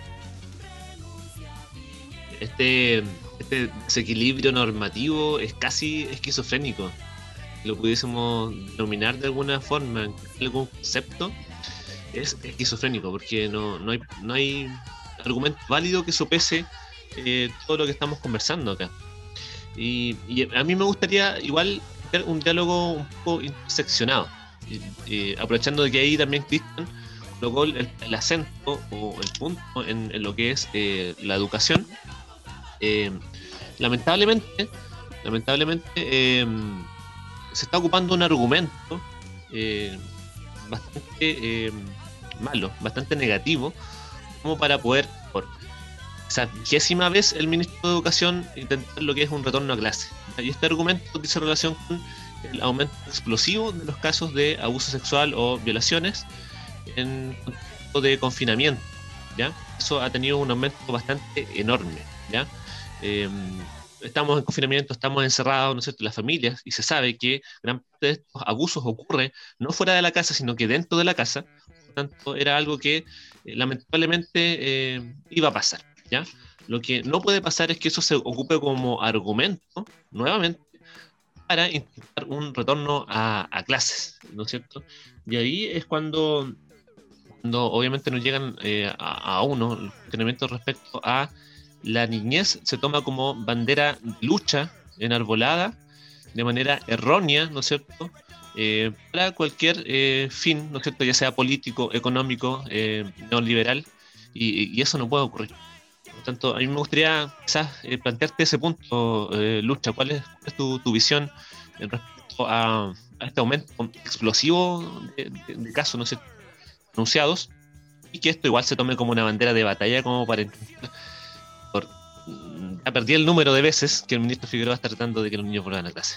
Este, este desequilibrio normativo es casi esquizofrénico. Lo pudiésemos denominar de alguna forma, en algún concepto, es esquizofrénico, porque no, no, hay, no hay argumento válido que sopese eh, todo lo que estamos conversando acá. Y, y a mí me gustaría igual tener un diálogo un poco interseccionado, y, y aprovechando de que ahí también Cristian colocó el, el acento o el punto en, en lo que es eh, la educación. Eh, lamentablemente, lamentablemente eh, se está ocupando un argumento eh, bastante eh, malo, bastante negativo, como para poder, por esa vigésima vez, el ministro de Educación intentar lo que es un retorno a clase. Y este argumento dice relación con el aumento explosivo de los casos de abuso sexual o violaciones en contexto de confinamiento, ¿ya? Eso ha tenido un aumento bastante enorme, ¿ya? Eh, Estamos en confinamiento, estamos encerrados, ¿no es cierto?, las familias, y se sabe que gran parte de estos abusos ocurre no fuera de la casa, sino que dentro de la casa. Por tanto, era algo que eh, lamentablemente eh, iba a pasar, ¿ya? Lo que no puede pasar es que eso se ocupe como argumento, nuevamente, para intentar un retorno a, a clases, ¿no es cierto? Y ahí es cuando, cuando obviamente nos llegan eh, a, a uno los cuestionamientos respecto a la niñez se toma como bandera de lucha enarbolada de manera errónea, ¿no es cierto?, eh, para cualquier eh, fin, ¿no es cierto?, ya sea político, económico, eh, neoliberal, y, y eso no puede ocurrir. Por tanto, a mí me gustaría quizás eh, plantearte ese punto, eh, Lucha. ¿Cuál es, cuál es tu, tu visión en respecto a, a este aumento explosivo de, de, de casos, ¿no es cierto?, anunciados, y que esto igual se tome como una bandera de batalla, como para intentar... Por, ya perdí el número de veces que el ministro Figueroa está tratando de que los niños vuelvan a clase.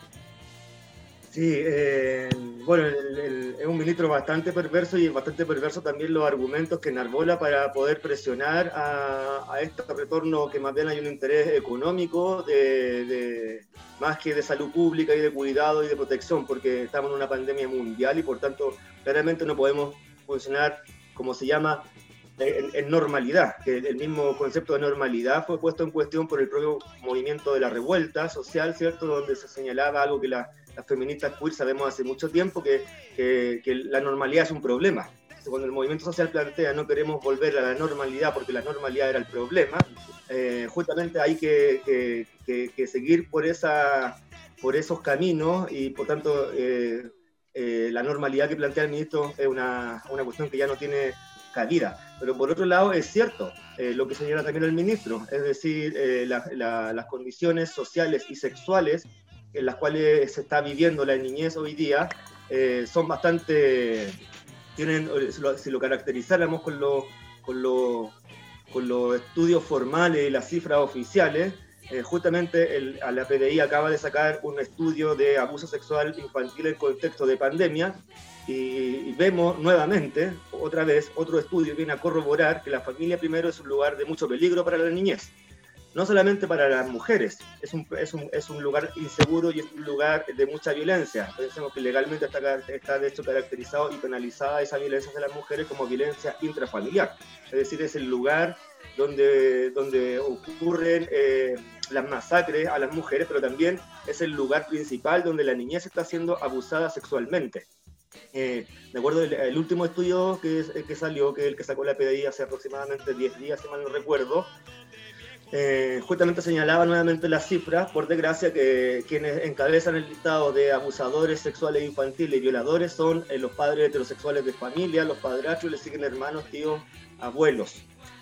Sí, eh, bueno, el, el, es un ministro bastante perverso, y bastante perverso también los argumentos que enarbola para poder presionar a, a este retorno, que más bien hay un interés económico de, de, más que de salud pública y de cuidado y de protección, porque estamos en una pandemia mundial y por tanto claramente no podemos funcionar, como se llama, En, en normalidad, que el mismo concepto de normalidad fue puesto en cuestión por el propio movimiento de la revuelta social, ¿cierto?, donde se señalaba algo que la, las feministas queer sabemos hace mucho tiempo, que, que, que la normalidad es un problema. Entonces, cuando el movimiento social plantea no queremos volver a la normalidad porque la normalidad era el problema, eh, justamente hay que, que, que, que seguir por esa, por esos caminos y por tanto eh, eh, la normalidad que plantea el ministro es una, una cuestión que ya no tiene cabida. Pero por otro lado es cierto eh, lo que señala también el ministro, es decir, eh, la, la, las condiciones sociales y sexuales en las cuales se está viviendo la niñez hoy día eh, son bastante, tienen, si lo, si lo caracterizáramos con los con lo, con los estudios formales y las cifras oficiales, eh, justamente el, a la P D I acaba de sacar un estudio de abuso sexual infantil en contexto de pandemia, y, y vemos nuevamente, otra vez, otro estudio viene a corroborar que la familia primero es un lugar de mucho peligro para la niñez. No solamente para las mujeres, es un, es, un, es un lugar inseguro y es un lugar de mucha violencia. Pensemos que legalmente está, está de hecho caracterizado y penalizada esa violencia de las mujeres como violencia intrafamiliar. Es decir, es el lugar donde, donde ocurren eh, las masacres a las mujeres, pero también es el lugar principal donde la niñez está siendo abusada sexualmente. Eh, de acuerdo al el último estudio que, que salió, que es el que sacó la P D I hace aproximadamente diez días, si mal no recuerdo, Eh, justamente señalaba nuevamente las cifras, por desgracia, que quienes encabezan el listado de abusadores sexuales infantiles y violadores son eh, los padres heterosexuales de familia, los padrastros, les siguen hermanos, tíos, abuelos.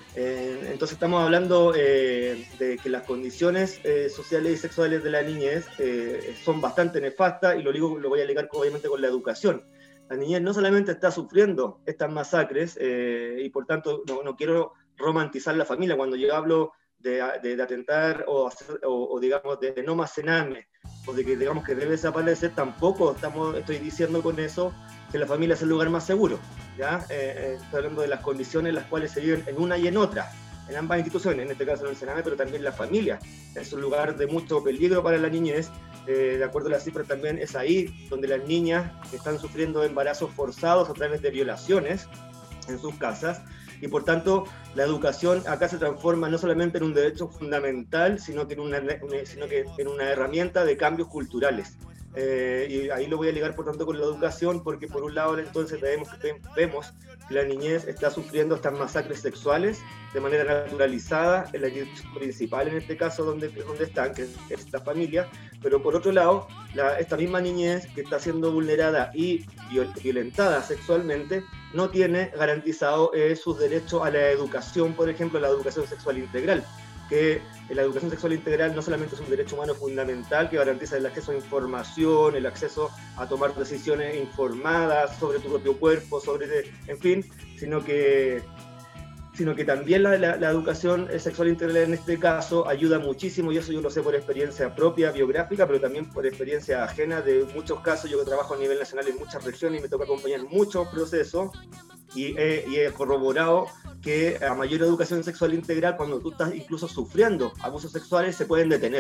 Eh, entonces estamos hablando eh, de que las condiciones eh, sociales y sexuales de la niñez eh, son bastante nefastas, y lo, digo, lo voy a ligar obviamente con la educación. La niñez no solamente está sufriendo estas masacres, eh, y por tanto no, no quiero romantizar la familia cuando yo hablo De, de, de atentar o, hacer, o, o digamos de, de no más cename, o de que digamos que debe desaparecer, tampoco estamos, estoy diciendo con eso que la familia es el lugar más seguro, ¿ya? Eh, eh, estoy hablando de las condiciones en las cuales se viven en una y en otra, en ambas instituciones, en este caso en el cename, pero también la familia. Es un lugar de mucho peligro para la niñez, eh, de acuerdo a las cifras también es ahí donde las niñas están sufriendo embarazos forzados a través de violaciones en sus casas. Y por tanto, la educación acá se transforma no solamente en un derecho fundamental, sino que en una, sino que en una herramienta de cambios culturales. Eh, y ahí lo voy a ligar, por tanto, con la educación, porque por un lado entonces vemos que, vemos que la niñez está sufriendo estas masacres sexuales de manera naturalizada en la institución principal, en este caso donde, donde están, que es esta familia, pero por otro lado, la, esta misma niñez que está siendo vulnerada y viol, violentada sexualmente, no tiene garantizado eh, sus derechos a la educación, por ejemplo, la educación sexual integral, que la educación sexual integral no solamente es un derecho humano fundamental que garantiza el acceso a información, el acceso a tomar decisiones informadas sobre tu propio cuerpo, sobre, en fin, sino que, sino que también la, la, la educación sexual integral en este caso ayuda muchísimo, y eso yo lo sé por experiencia propia, biográfica, pero también por experiencia ajena de muchos casos. Yo que trabajo a nivel nacional en muchas regiones y me toca acompañar muchos procesos, y he, y he corroborado que a mayor educación sexual integral, cuando tú estás incluso sufriendo abusos sexuales, se pueden detener.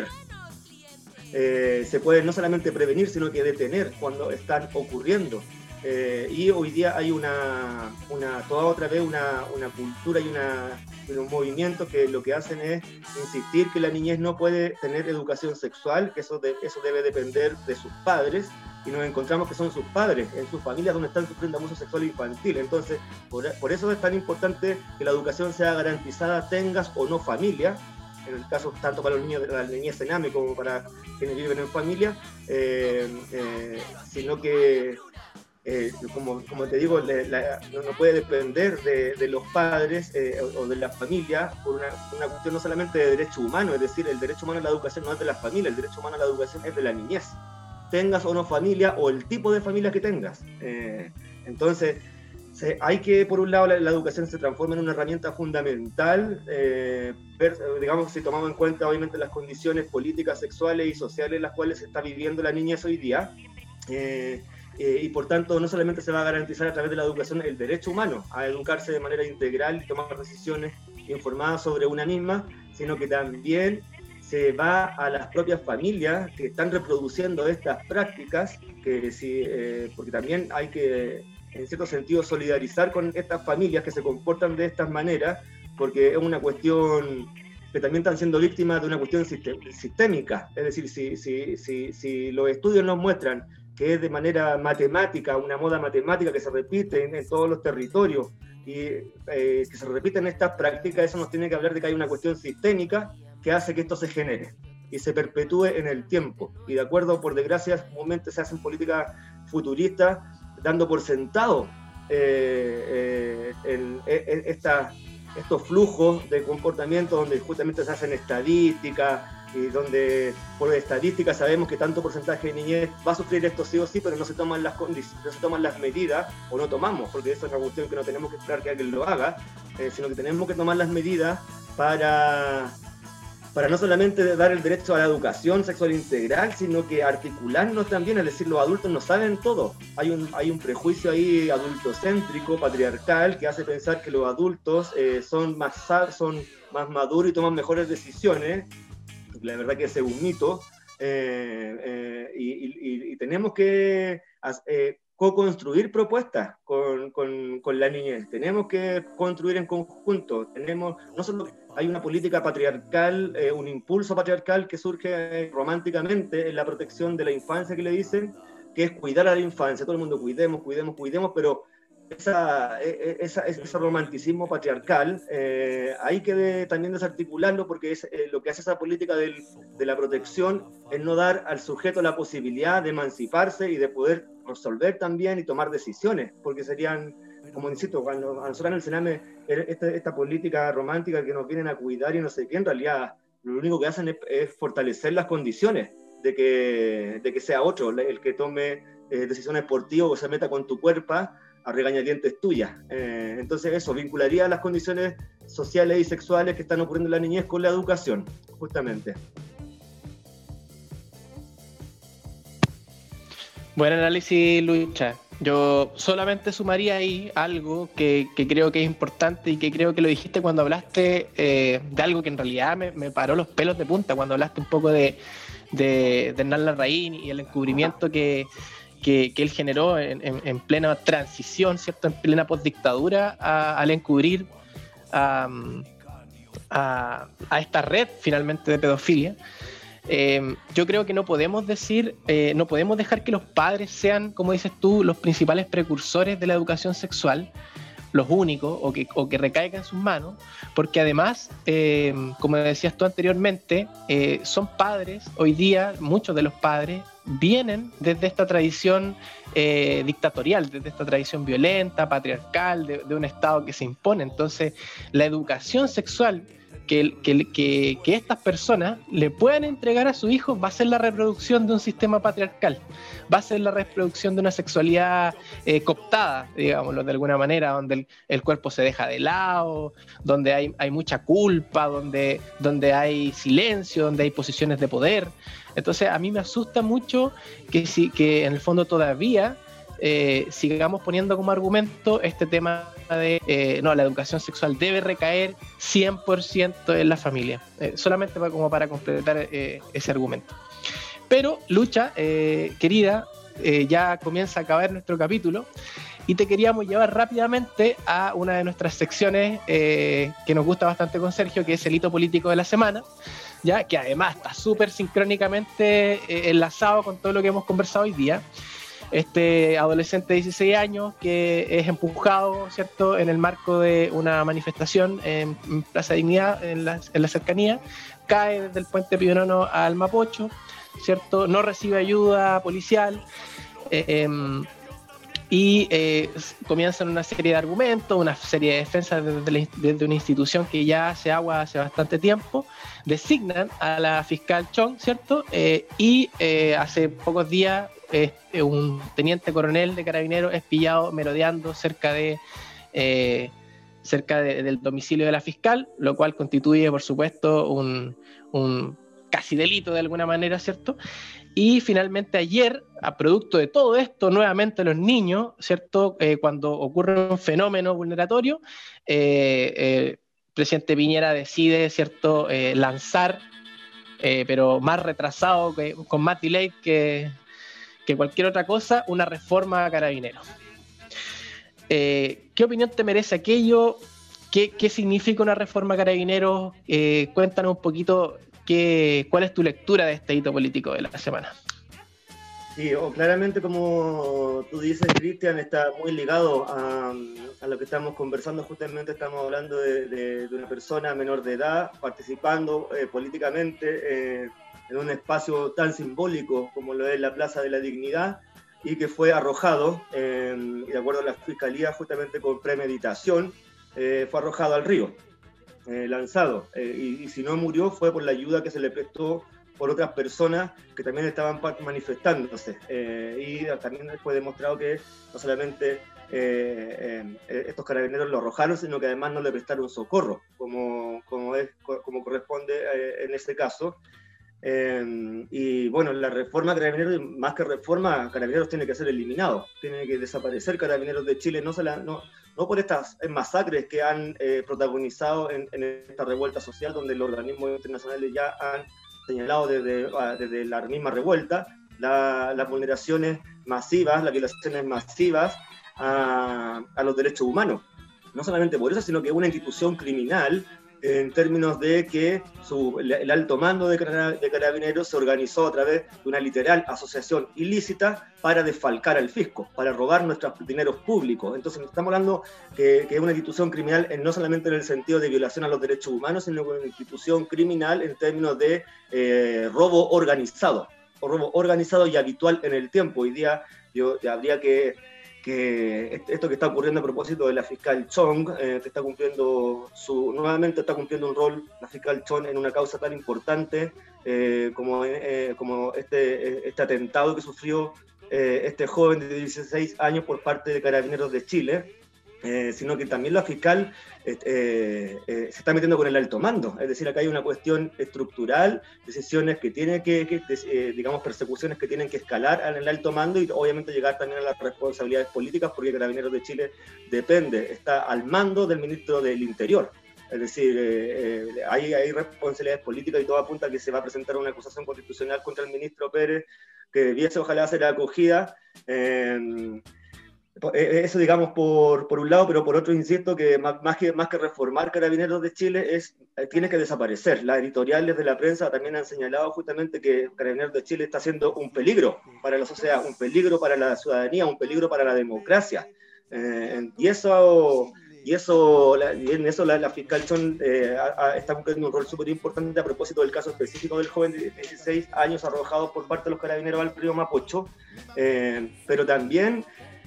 Eh, se pueden no solamente prevenir, sino que detener cuando están ocurriendo. Eh, y hoy día hay una, una toda otra vez una, una cultura y una, unos movimientos que lo que hacen es insistir que la niñez no puede tener educación sexual, que eso, de, eso debe depender de sus padres, y nos encontramos que son sus padres, en sus familias donde están sufriendo abuso sexual infantil. Entonces, por, por eso es tan importante que la educación sea garantizada, tengas o no familia, en el caso tanto para los niños de la niñez cename como para quienes viven en familia, eh, eh, sino que Eh, como, como te digo, la, la, no, no puede depender de, de los padres eh, o, o de la familia por una, una cuestión no solamente de derecho humano, es decir, el derecho humano a la educación no es de la familia, el derecho humano a la educación es de la niñez, tengas o no familia o el tipo de familia que tengas. Eh, entonces, se, hay que, por un lado, la, la educación se transforma en una herramienta fundamental, eh, ver, digamos, si tomamos en cuenta obviamente las condiciones políticas, sexuales y sociales en las cuales se está viviendo la niñez hoy día. Eh, Eh, y por tanto no solamente se va a garantizar a través de la educación el derecho humano a educarse de manera integral y tomar decisiones informadas sobre una misma, sino que también se va a las propias familias que están reproduciendo estas prácticas, que sí, eh, porque también hay que, en cierto sentido, solidarizar con estas familias que se comportan de estas maneras, porque es una cuestión que también están siendo víctimas de una cuestión sistémica. Es decir, si, si, si, si los estudios nos muestran que es de manera matemática, una moda matemática que se repite en, en todos los territorios y eh, que se repiten estas prácticas, eso nos tiene que hablar de que hay una cuestión sistémica que hace que esto se genere. y se perpetúe en el tiempo. Y de acuerdo, por desgracia, comúnmente se hacen políticas futuristas dando por sentado eh, eh, el, el, esta, estos flujos de comportamiento donde justamente se hacen estadísticas, y donde por estadística sabemos que tanto porcentaje de niñez va a sufrir esto sí o sí, pero no se toman las condiciones, no se toman las medidas, o no tomamos, porque eso es una cuestión que no tenemos que esperar que alguien lo haga, eh, sino que tenemos que tomar las medidas para, para no solamente dar el derecho a la educación sexual integral, sino que articularnos también, es decir, los adultos no saben todo. Hay un, hay un prejuicio ahí adultocéntrico, patriarcal, que hace pensar que los adultos eh, son, más, son más maduros y toman mejores decisiones. La verdad que ese es un mito, eh, eh, y, y, y tenemos que eh, co-construir propuestas con, con, con la niñez, tenemos que construir en conjunto, tenemos, no solo hay una política patriarcal, eh, un impulso patriarcal que surge eh, románticamente en la protección de la infancia que le dicen, que es cuidar a la infancia, todo el mundo cuidemos, cuidemos, cuidemos, pero Esa, esa, ese romanticismo patriarcal eh, hay que de, también desarticularlo, porque es, eh, lo que hace esa política del, de la protección es no dar al sujeto la posibilidad de emanciparse y de poder resolver también y tomar decisiones, porque serían, como insisto, cuando a nosotros en el Sename esta, esta política romántica que nos vienen a cuidar y no sé qué, en realidad lo único que hacen es, es fortalecer las condiciones de que, de que sea otro el que tome eh, decisiones por ti o se meta con tu cuerpo a regañadientes tuyas. Eh, entonces eso, vincularía las condiciones sociales y sexuales que están ocurriendo en la niñez con la educación, justamente. Buen análisis, Lucha. Yo solamente sumaría ahí algo que, que creo que es importante y que creo que lo dijiste cuando hablaste eh, de algo que en realidad me, me paró los pelos de punta, cuando hablaste un poco de, de, de Hernán Larraín y el encubrimiento que Que, que él generó en, en, en plena transición, ¿cierto? En plena postdictadura, a, al encubrir a, a, a esta red finalmente de pedofilia. Eh, yo creo que no podemos decir, eh, no podemos dejar que los padres sean, como dices tú, los principales precursores de la educación sexual, los únicos, o que, o que recaiga en sus manos, porque además, eh, como decías tú anteriormente, eh, son padres, hoy día muchos de los padres vienen desde esta tradición eh, dictatorial, desde esta tradición violenta, patriarcal, de, de un Estado que se impone. Entonces, la educación sexual que, que, que, que estas personas le puedan entregar a su hijo va a ser la reproducción de un sistema patriarcal, va a ser la reproducción de una sexualidad eh, cooptada, digámoslo de alguna manera, donde el, el cuerpo se deja de lado, donde hay, hay mucha culpa, donde, donde hay silencio, donde hay posiciones de poder. Entonces a mí me asusta mucho que, si, que en el fondo todavía eh, sigamos poniendo como argumento este tema de eh, no, la educación sexual debe recaer cien por ciento en la familia, eh, solamente para, como para completar eh, ese argumento. Pero Lucha, eh, querida, eh, ya comienza a acabar nuestro capítulo y te queríamos llevar rápidamente a una de nuestras secciones eh, que nos gusta bastante con Sergio, que es el hito político de la semana, ya que además está súper sincrónicamente eh, enlazado con todo lo que hemos conversado hoy día. Este adolescente de dieciséis años que es empujado, ¿cierto?, en el marco de una manifestación en, en Plaza Dignidad, en la, en la cercanía, cae desde el puente Pío noveno al Mapocho, ¿cierto?, no recibe ayuda policial, eh, eh, y eh, comienzan una serie de argumentos, una serie de defensas desde, la, desde una institución que ya hace agua hace bastante tiempo, designan a la fiscal Chong, ¿cierto?, eh, y eh, hace pocos días eh, un teniente coronel de Carabineros es pillado merodeando cerca de eh, cerca de, del domicilio de la fiscal, lo cual constituye, por supuesto, un, un casi delito de alguna manera, ¿cierto? Y finalmente ayer, a producto de todo esto, nuevamente los niños, ¿cierto? Eh, cuando ocurre un fenómeno vulneratorio, eh, eh, el presidente Piñera decide, ¿cierto?, eh, lanzar, eh, pero más retrasado, que, con más delay que, que cualquier otra cosa, una reforma a Carabineros. Eh, ¿Qué opinión te merece aquello? ¿Qué, qué significa una reforma a Carabineros? Eh, cuéntanos un poquito qué, cuál es tu lectura de este hito político de la semana. Sí, o claramente como tú dices, Cristian, está muy ligado a, a lo que estamos conversando. Justamente estamos hablando de, de, de una persona menor de edad participando eh, políticamente eh, en un espacio tan simbólico como lo es la Plaza de la Dignidad, y que fue arrojado, eh, y de acuerdo a la Fiscalía, justamente con premeditación, eh, fue arrojado al río, eh, lanzado. Eh, y, y si no murió fue por la ayuda que se le prestó por otras personas que también estaban manifestándose. Eh, y también fue demostrado que no solamente eh, eh, estos carabineros lo arrojaron, sino que además no le prestaron socorro, como, como, es, como corresponde eh, en este caso. Eh, y bueno, la reforma Carabineros, más que reforma, Carabineros tiene que ser eliminado, tiene que desaparecer Carabineros de Chile, no, se la, no, no por estas masacres que han eh, protagonizado en, en esta revuelta social, donde los organismos internacionales ya han señalado desde, desde la misma revuelta la, las vulneraciones masivas, las violaciones masivas a, a los derechos humanos. No solamente por eso, sino que una institución criminal, en términos de que su, el alto mando de, de Carabineros se organizó a través de una literal asociación ilícita para desfalcar al fisco, para robar nuestros dineros públicos. Entonces estamos hablando que, que es una institución criminal en, no solamente en el sentido de violación a los derechos humanos, sino que una institución criminal en términos de eh, robo organizado, o robo organizado y habitual en el tiempo. Hoy día yo, habría que que esto que está ocurriendo a propósito de la fiscal Chong, eh, que está cumpliendo su, nuevamente está cumpliendo un rol la fiscal Chong en una causa tan importante eh, como, eh, como este, este atentado que sufrió eh, este joven de dieciséis años por parte de Carabineros de Chile, eh, sino que también la fiscal eh, eh, eh, se está metiendo con el alto mando. Es decir, acá hay una cuestión estructural, decisiones que tienen que, que eh, digamos, persecuciones que tienen que escalar en el alto mando y obviamente llegar también a las responsabilidades políticas, porque Carabineros de Chile depende, está al mando del ministro del Interior. Es decir, eh, eh, hay, hay responsabilidades políticas y todo apunta a que se va a presentar una acusación constitucional contra el ministro Pérez, que debiese ojalá ser acogida. Eh, Eso, digamos, por, por un lado, pero por otro, insisto, que más, más que más que reformar Carabineros de Chile, es, tiene que desaparecer. Las editoriales de la prensa también han señalado justamente que Carabineros de Chile está siendo un peligro para la sociedad, un peligro para la ciudadanía, un peligro para la democracia. Eh, y eso, y eso, la, y en eso la, la fiscal Chong eh, a, a, está cumpliendo un rol súper importante a propósito del caso específico del joven de dieciséis años arrojado por parte de los carabineros al río Mapocho, eh, pero también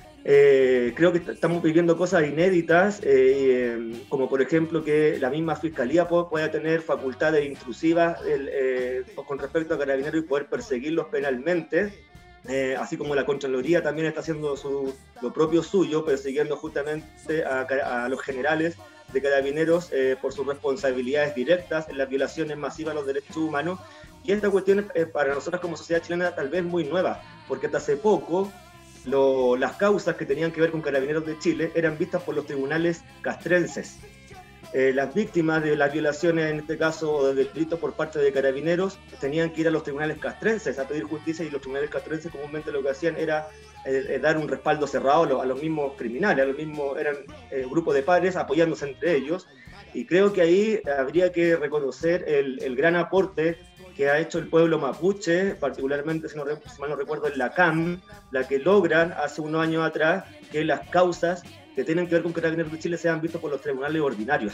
Eh, creo que estamos viviendo cosas inéditas, eh, como por ejemplo que la misma Fiscalía pueda tener facultades intrusivas el, eh, con respecto a Carabineros y poder perseguirlos penalmente, eh, así como la Contraloría también está haciendo su, lo propio suyo, persiguiendo justamente a, a los generales de Carabineros eh, por sus responsabilidades directas en las violaciones masivas a los derechos humanos. Y esta cuestión es para nosotros como sociedad chilena tal vez muy nueva, porque hasta hace poco Lo, las causas que tenían que ver con Carabineros de Chile eran vistas por los tribunales castrenses. Eh, las víctimas de las violaciones, en este caso, o del delito por parte de Carabineros, tenían que ir a los tribunales castrenses a pedir justicia, y los tribunales castrenses comúnmente lo que hacían era eh, eh, dar un respaldo cerrado a los, a los mismos criminales, a los mismos, eran eh, grupos de padres apoyándose entre ellos, y creo que ahí habría que reconocer el, el gran aporte que ha hecho el pueblo mapuche, particularmente, si, no, si mal no recuerdo, en la C A M, la que logran hace unos años atrás que las causas que tienen que ver con Carabineros de Chile sean vistas por los tribunales ordinarios.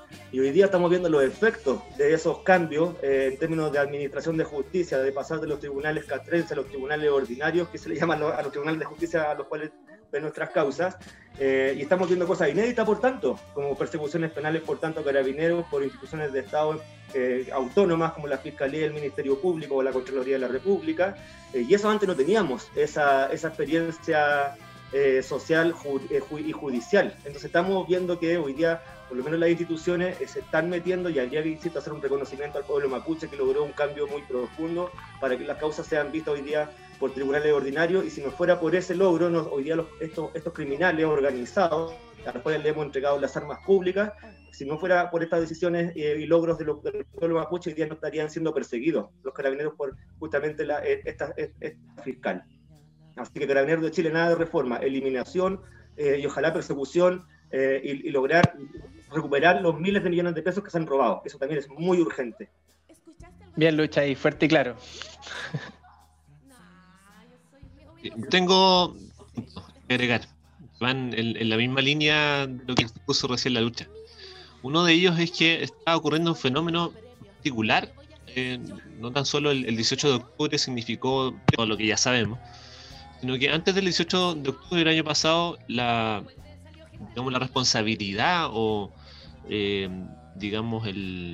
Y hoy día estamos viendo los efectos de esos cambios eh, en términos de administración de justicia, de pasar de los tribunales castrenses a los tribunales ordinarios, que se le llaman a los tribunales de justicia a los cuales ven nuestras causas, eh, y estamos viendo cosas inéditas, por tanto, como persecuciones penales, por tanto, Carabineros, por instituciones de Estado eh, autónomas como la Fiscalía, el Ministerio Público o la Contraloría de la República, eh, y eso antes no teníamos, esa, esa experiencia eh, social ju eh, ju y judicial. Entonces estamos viendo que hoy día, por lo menos las instituciones, eh, se están metiendo, y habría que, insisto, hacer un reconocimiento al pueblo mapuche que logró un cambio muy profundo para que las causas sean vistas hoy día por tribunales ordinarios, y si no fuera por ese logro, nos, hoy día los, estos, estos criminales organizados, a los cuales le hemos entregado las armas públicas, si no fuera por estas decisiones eh, y logros de lo, del pueblo mapuche, hoy día no estarían siendo perseguidos los carabineros por justamente la, esta, esta fiscal. Así que Carabineros de Chile, nada de reforma, eliminación eh, y ojalá persecución eh, y, y lograr recuperar los miles de millones de pesos que se han robado. Eso también es muy urgente. Bien, Lucha, y fuerte y claro. Tengo que agregar, van en, en la misma línea de lo que puso recién la lucha. Uno de ellos es que está ocurriendo un fenómeno particular, eh, no tan solo el, el dieciocho de octubre significó todo lo que ya sabemos, sino que antes del dieciocho de octubre del año pasado, la, digamos, la responsabilidad o, eh, digamos, el,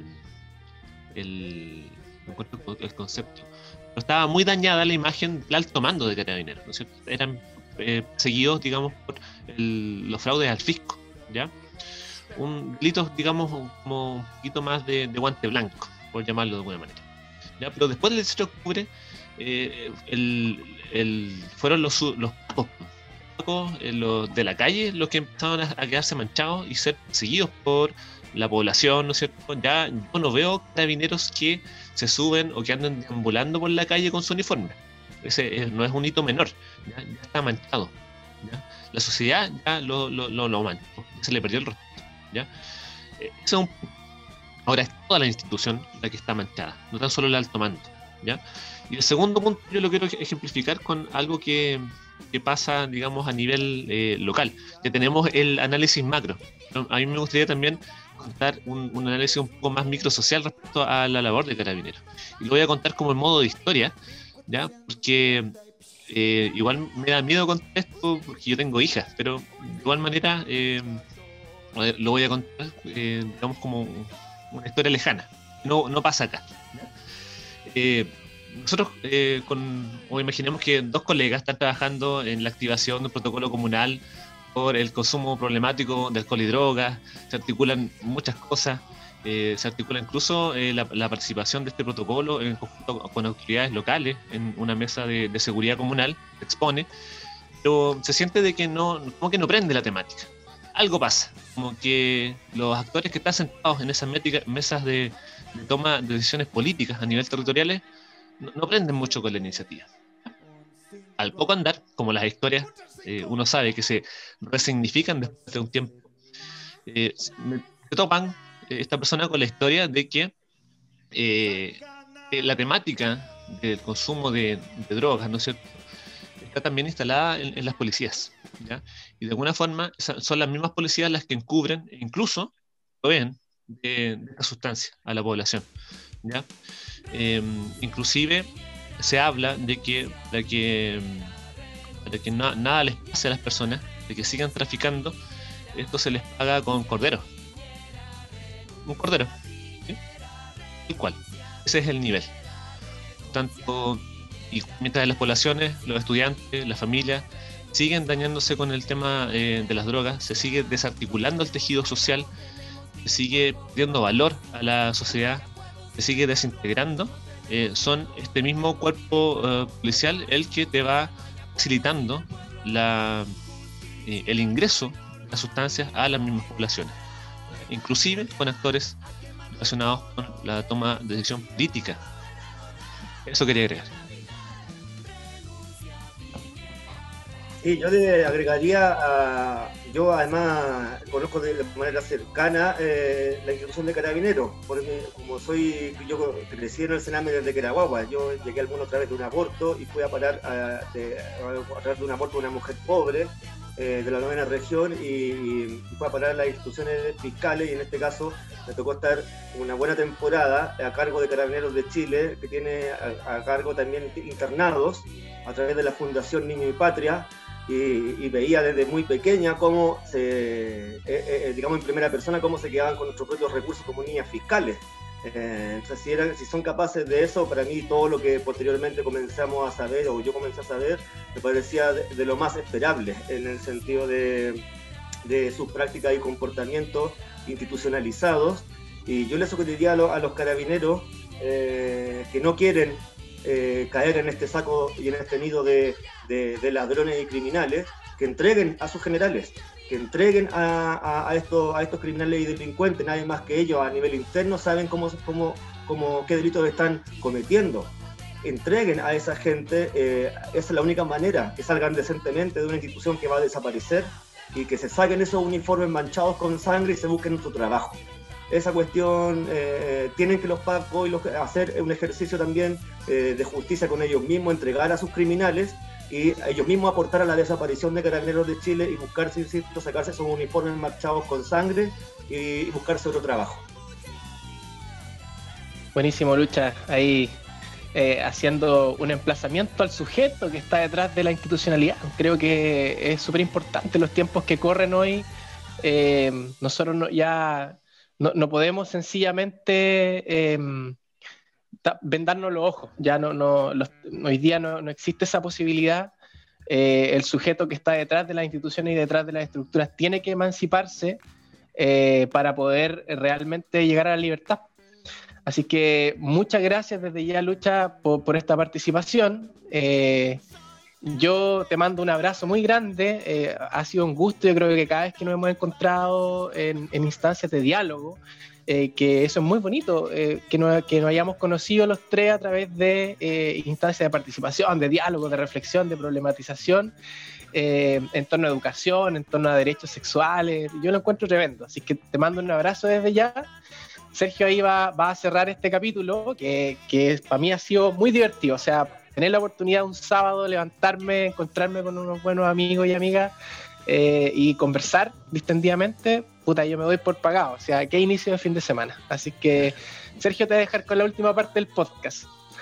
el, el concepto, pero estaba muy dañada la imagen del alto mando de Carabineros, ¿no es cierto? Eran eh, seguidos, digamos, por el, los fraudes al fisco, ¿ya? Un delito, digamos, como un poquito más de, de guante blanco, por llamarlo de alguna manera, ¿ya? Pero después del dieciocho de octubre, eh, el, el, fueron los, los pocos eh, los de la calle los que empezaron a, a quedarse manchados y ser seguidos por la población, ¿no es cierto? Ya yo no veo carabineros que se suben o que andan deambulando por la calle con su uniforme. Ese es, no es un hito menor, ya, ya está manchado, ¿ya? La sociedad ya lo, lo, lo, lo manchó, se le perdió el respeto, ¿ya? Eh, eso es un... Ahora es toda la institución la que está manchada, no tan solo el alto mando, ¿ya? Y el segundo punto yo lo quiero ejemplificar con algo que, que pasa, digamos, a nivel eh, local. Ya tenemos el análisis macro. A mí me gustaría también contar un, un análisis un poco más microsocial respecto a la labor de Carabineros. Y lo voy a contar como en modo de historia, ¿ya? Porque eh, igual me da miedo contar esto porque yo tengo hijas, pero de igual manera eh, lo voy a contar, eh, digamos, como una historia lejana. No, no pasa acá, ¿ya? Eh, nosotros, eh, con, o imaginemos que dos colegas están trabajando en la activación de un protocolo comunal por el consumo problemático de alcohol y drogas, se articulan muchas cosas, eh, se articula incluso eh, la, la participación de este protocolo en conjunto con autoridades locales en una mesa de, de seguridad comunal, se expone, pero se siente de que no, como que no prende la temática. Algo pasa, como que los actores que están sentados en esas métrica, mesas de, de toma de decisiones políticas a nivel territoriales no, no prenden mucho con la iniciativa. Al poco andar, como las historias, eh, uno sabe que se resignifican después de un tiempo, eh, se topan eh, esta persona con la historia de que eh, eh, la temática del consumo de, de drogas, ¿no es cierto?, está también instalada en, en las policías, ¿ya? Y de alguna forma son las mismas policías las que encubren e incluso proveen de, de esta sustancia a la población, ¿ya? Eh, inclusive se habla de que para que, para que na, nada les pase a las personas, de que sigan traficando, esto se les paga con corderos. Un cordero, ¿sí? ¿Y cuál? Ese es el nivel. Tanto, y mientras las poblaciones, los estudiantes, las familias siguen dañándose con el tema eh, de las drogas, se sigue desarticulando el tejido social, se sigue perdiendo valor a la sociedad, se sigue desintegrando. Eh, son este mismo cuerpo uh, policial el que te va facilitando la, eh, el ingreso de las sustancias a las mismas poblaciones, inclusive con actores relacionados con la toma de decisión política. Eso quería agregar. Sí, yo le agregaría, a, yo además conozco de manera cercana eh, la institución de Carabineros, porque como soy, yo crecí en el Sename desde que era guagua, yo llegué al mundo a través de un aborto y fui a parar a, de, a través de un aborto de una mujer pobre eh, de la novena región y, y fui a parar a las instituciones fiscales y en este caso me tocó estar una buena temporada a cargo de Carabineros de Chile, que tiene a, a cargo también internados a través de la Fundación Niño y Patria. Y, y veía desde muy pequeña cómo se, eh, eh, digamos en primera persona, cómo se quedaban con nuestros propios recursos como niñas fiscales. Eh, entonces, si, eran, si son capaces de eso, para mí todo lo que posteriormente comenzamos a saber, o yo comencé a saber, me parecía de, de lo más esperable, en el sentido de, de sus prácticas y comportamientos institucionalizados. Y yo les sugeriría a, lo, a los carabineros eh, que no quieren Eh, caer en este saco y en este nido de, de, de ladrones y criminales, que entreguen a sus generales, que entreguen a, a, a, estos, a estos criminales y delincuentes. Nadie más que ellos a nivel interno saben cómo, cómo, cómo, qué delitos están cometiendo. Entreguen a esa gente, eh, esa es la única manera, que salgan decentemente de una institución que va a desaparecer y que se saquen esos uniformes manchados con sangre y se busquen su trabajo. Esa cuestión, eh, tienen que los pacos y los, hacer un ejercicio también eh, de justicia con ellos mismos, entregar a sus criminales y ellos mismos aportar a la desaparición de Carabineros de Chile y buscarse, insisto, sacarse esos uniformes manchados con sangre y buscarse otro trabajo. Buenísimo, Lucha, ahí eh, haciendo un emplazamiento al sujeto que está detrás de la institucionalidad. Creo que es súper importante los tiempos que corren hoy. Eh, nosotros no, ya no, no podemos sencillamente eh, ta, vendarnos los ojos, ya no, no, los, hoy día no, no existe esa posibilidad. Eh, el sujeto que está detrás de las instituciones y detrás de las estructuras tiene que emanciparse eh, para poder realmente llegar a la libertad. Así que muchas gracias desde ya, Lucha, por, por esta participación. Eh, yo te mando un abrazo muy grande. Eh, ha sido un gusto. Yo creo que cada vez que nos hemos encontrado en, en instancias de diálogo, eh, que eso es muy bonito, eh, que, nos, que nos hayamos conocido los tres a través de eh, instancias de participación, de diálogo, de reflexión, de problematización, eh, en torno a educación, en torno a derechos sexuales. Yo lo encuentro tremendo. Así que te mando un abrazo desde ya. Sergio ahí va, va a cerrar este capítulo que, que para mí ha sido muy divertido. O sea, tener la oportunidad un sábado, levantarme, encontrarme con unos buenos amigos y amigas eh, y conversar distendidamente, puta, yo me doy por pagado. O sea, qué inicio de fin de semana. Así que, Sergio, te voy a dejar con la última parte del podcast.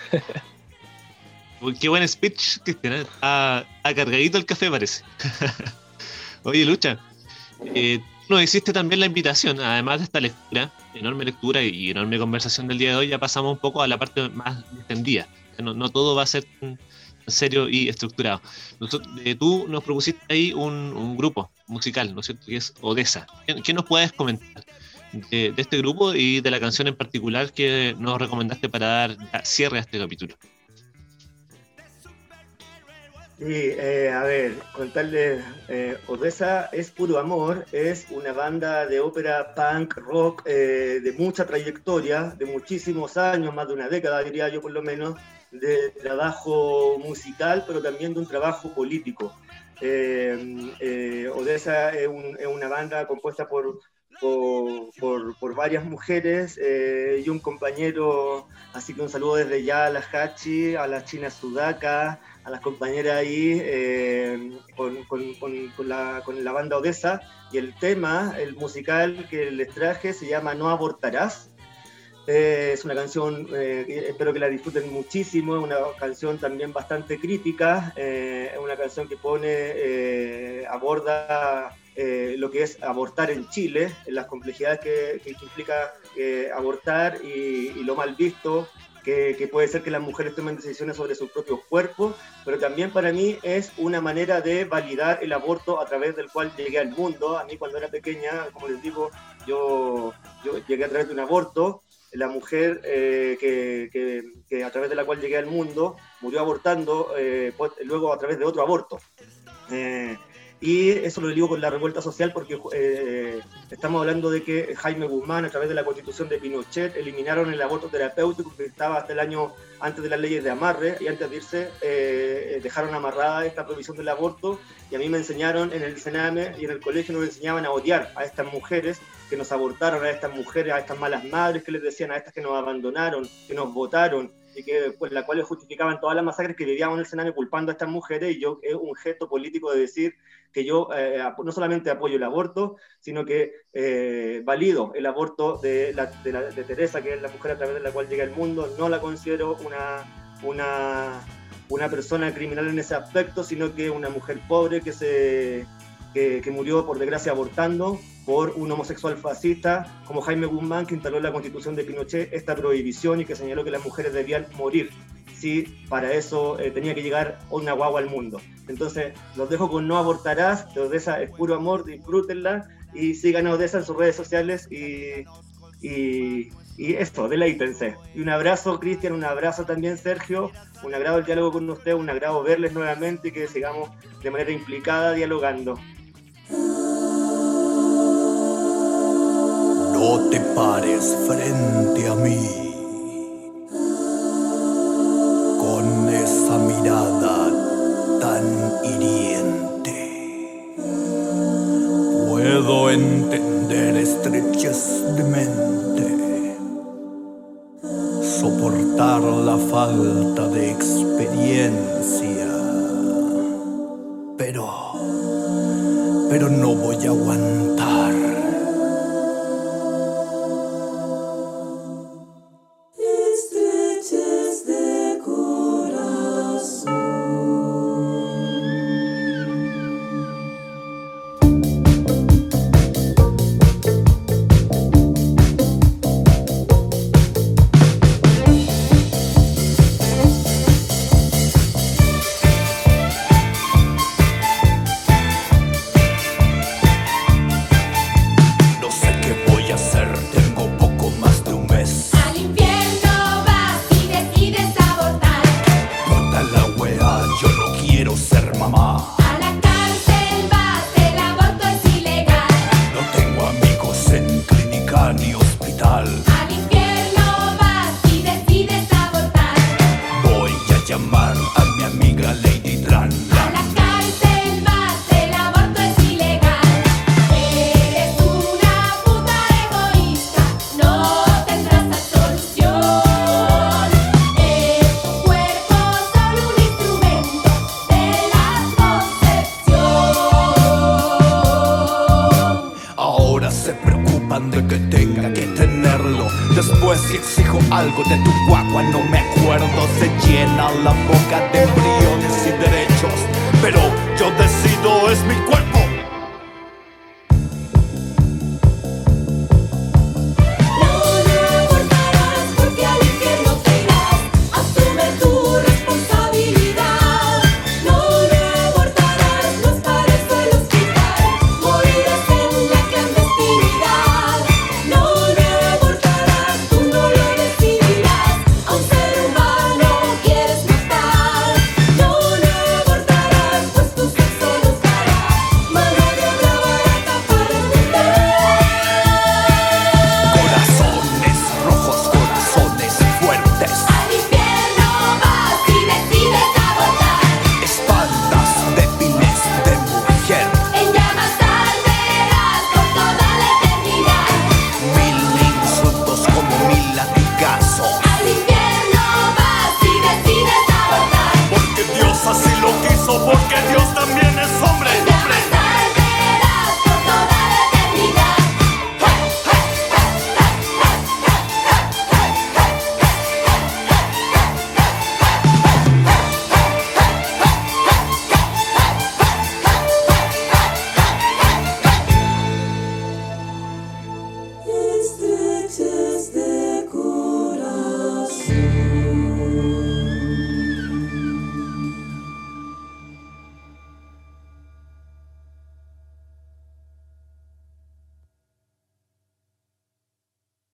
Uy, qué buen speech, Cristian. Ha, ha cargadito el café, parece. Oye, Lucha, eh, nos hiciste también la invitación, además de esta lectura, enorme lectura y enorme conversación del día de hoy, ya pasamos un poco a la parte más distendida. No, no todo va a ser en serio y estructurado. Nosotros, eh, tú nos propusiste ahí un, un grupo musical, ¿no es cierto?, que es Odessa. ¿Qué, qué nos puedes comentar de, de este grupo y de la canción en particular que nos recomendaste para dar cierre a este capítulo? Sí, eh, a ver, contarles, eh, Odessa es puro amor, es una banda de ópera punk rock eh, de mucha trayectoria, de muchísimos años, más de una década diría yo por lo menos, de trabajo musical, pero también de un trabajo político. Eh, eh, Odessa es, un, es una banda compuesta por, por, por, por varias mujeres eh, y un compañero, así que un saludo desde ya a la Hachi, a la China Sudaka, a las compañeras ahí eh, con, con, con, con, la, con la banda Odessa, y el tema, el musical que les traje se llama No Abortarás. Eh, es una canción, eh, espero que la disfruten muchísimo, es una canción también bastante crítica, eh, es una canción que pone, eh, aborda eh, lo que es abortar en Chile, las complejidades que, que implica eh, abortar y, y lo mal visto Que, que puede ser que las mujeres tomen decisiones sobre sus propios cuerpos, pero también para mí es una manera de validar el aborto a través del cual llegué al mundo. A mí cuando era pequeña, como les digo, yo, yo llegué a través de un aborto. La mujer eh, que, que, que a través de la cual llegué al mundo murió abortando, eh, luego a través de otro aborto. Eh, Y eso lo ligo con la revuelta social porque eh, estamos hablando de que Jaime Guzmán, a través de la constitución de Pinochet, eliminaron el aborto terapéutico que estaba hasta el año antes de las leyes de amarre, y antes de irse eh, dejaron amarrada esta provisión del aborto, y a mí me enseñaron en el Sename y en el colegio nos enseñaban a odiar a estas mujeres que nos abortaron, a estas mujeres, a estas malas madres que les decían, a estas que nos abandonaron, que nos votaron, y que pues la cual justificaban todas las masacres que vivíamos en el Sename culpando a estas mujeres, y yo es un gesto político de decir que yo eh, no solamente apoyo el aborto, sino que eh, valido el aborto de, la, de, la, de Teresa, que es la mujer a través de la cual llega al mundo. No la considero una, una, una persona criminal en ese aspecto, sino que una mujer pobre que, se, que, que murió por desgracia abortando por un homosexual fascista como Jaime Guzmán, que instaló en la constitución de Pinochet esta prohibición y que señaló que las mujeres debían morir si para eso eh, tenía que llegar una guagua al mundo. Entonces los dejo con No Abortarás, de Odessa es puro amor, disfrútenla y sigan a Odessa en sus redes sociales y, y, y esto, deleítense. Y un abrazo, Cristian, un abrazo también, Sergio, un agrado el diálogo con ustedes, un agrado verles nuevamente y que sigamos de manera implicada dialogando. No te pares frente a mí con esa mirada tan hiriente. Puedo entender estrechez de mente, soportar la falta de experiencia, pero no voy a aguantar. Estreches de corazón. No sé qué voy a hacer, tengo poco más de un mes. Al infierno vas y decides abortar. Puta la wea, yo no quiero ser mamá. A la cárcel vas, el aborto es ilegal. No tengo amigos en clínica ni hospital. Al infierno vas y decides abortar. Voy a llamar a mi amiga Lady Tran. A la cárcel vas, el aborto es ilegal. Eres una puta egoísta, no tendrás absolución. Es tu cuerpo solo un instrumento de la concepción. Ahora se preocupan de que tenga que tenerlo. Después si exijo algo de tu guagua no me acuerdo. Se llena la boca de embriones y derechos, pero yo decido, es mi cuerpo.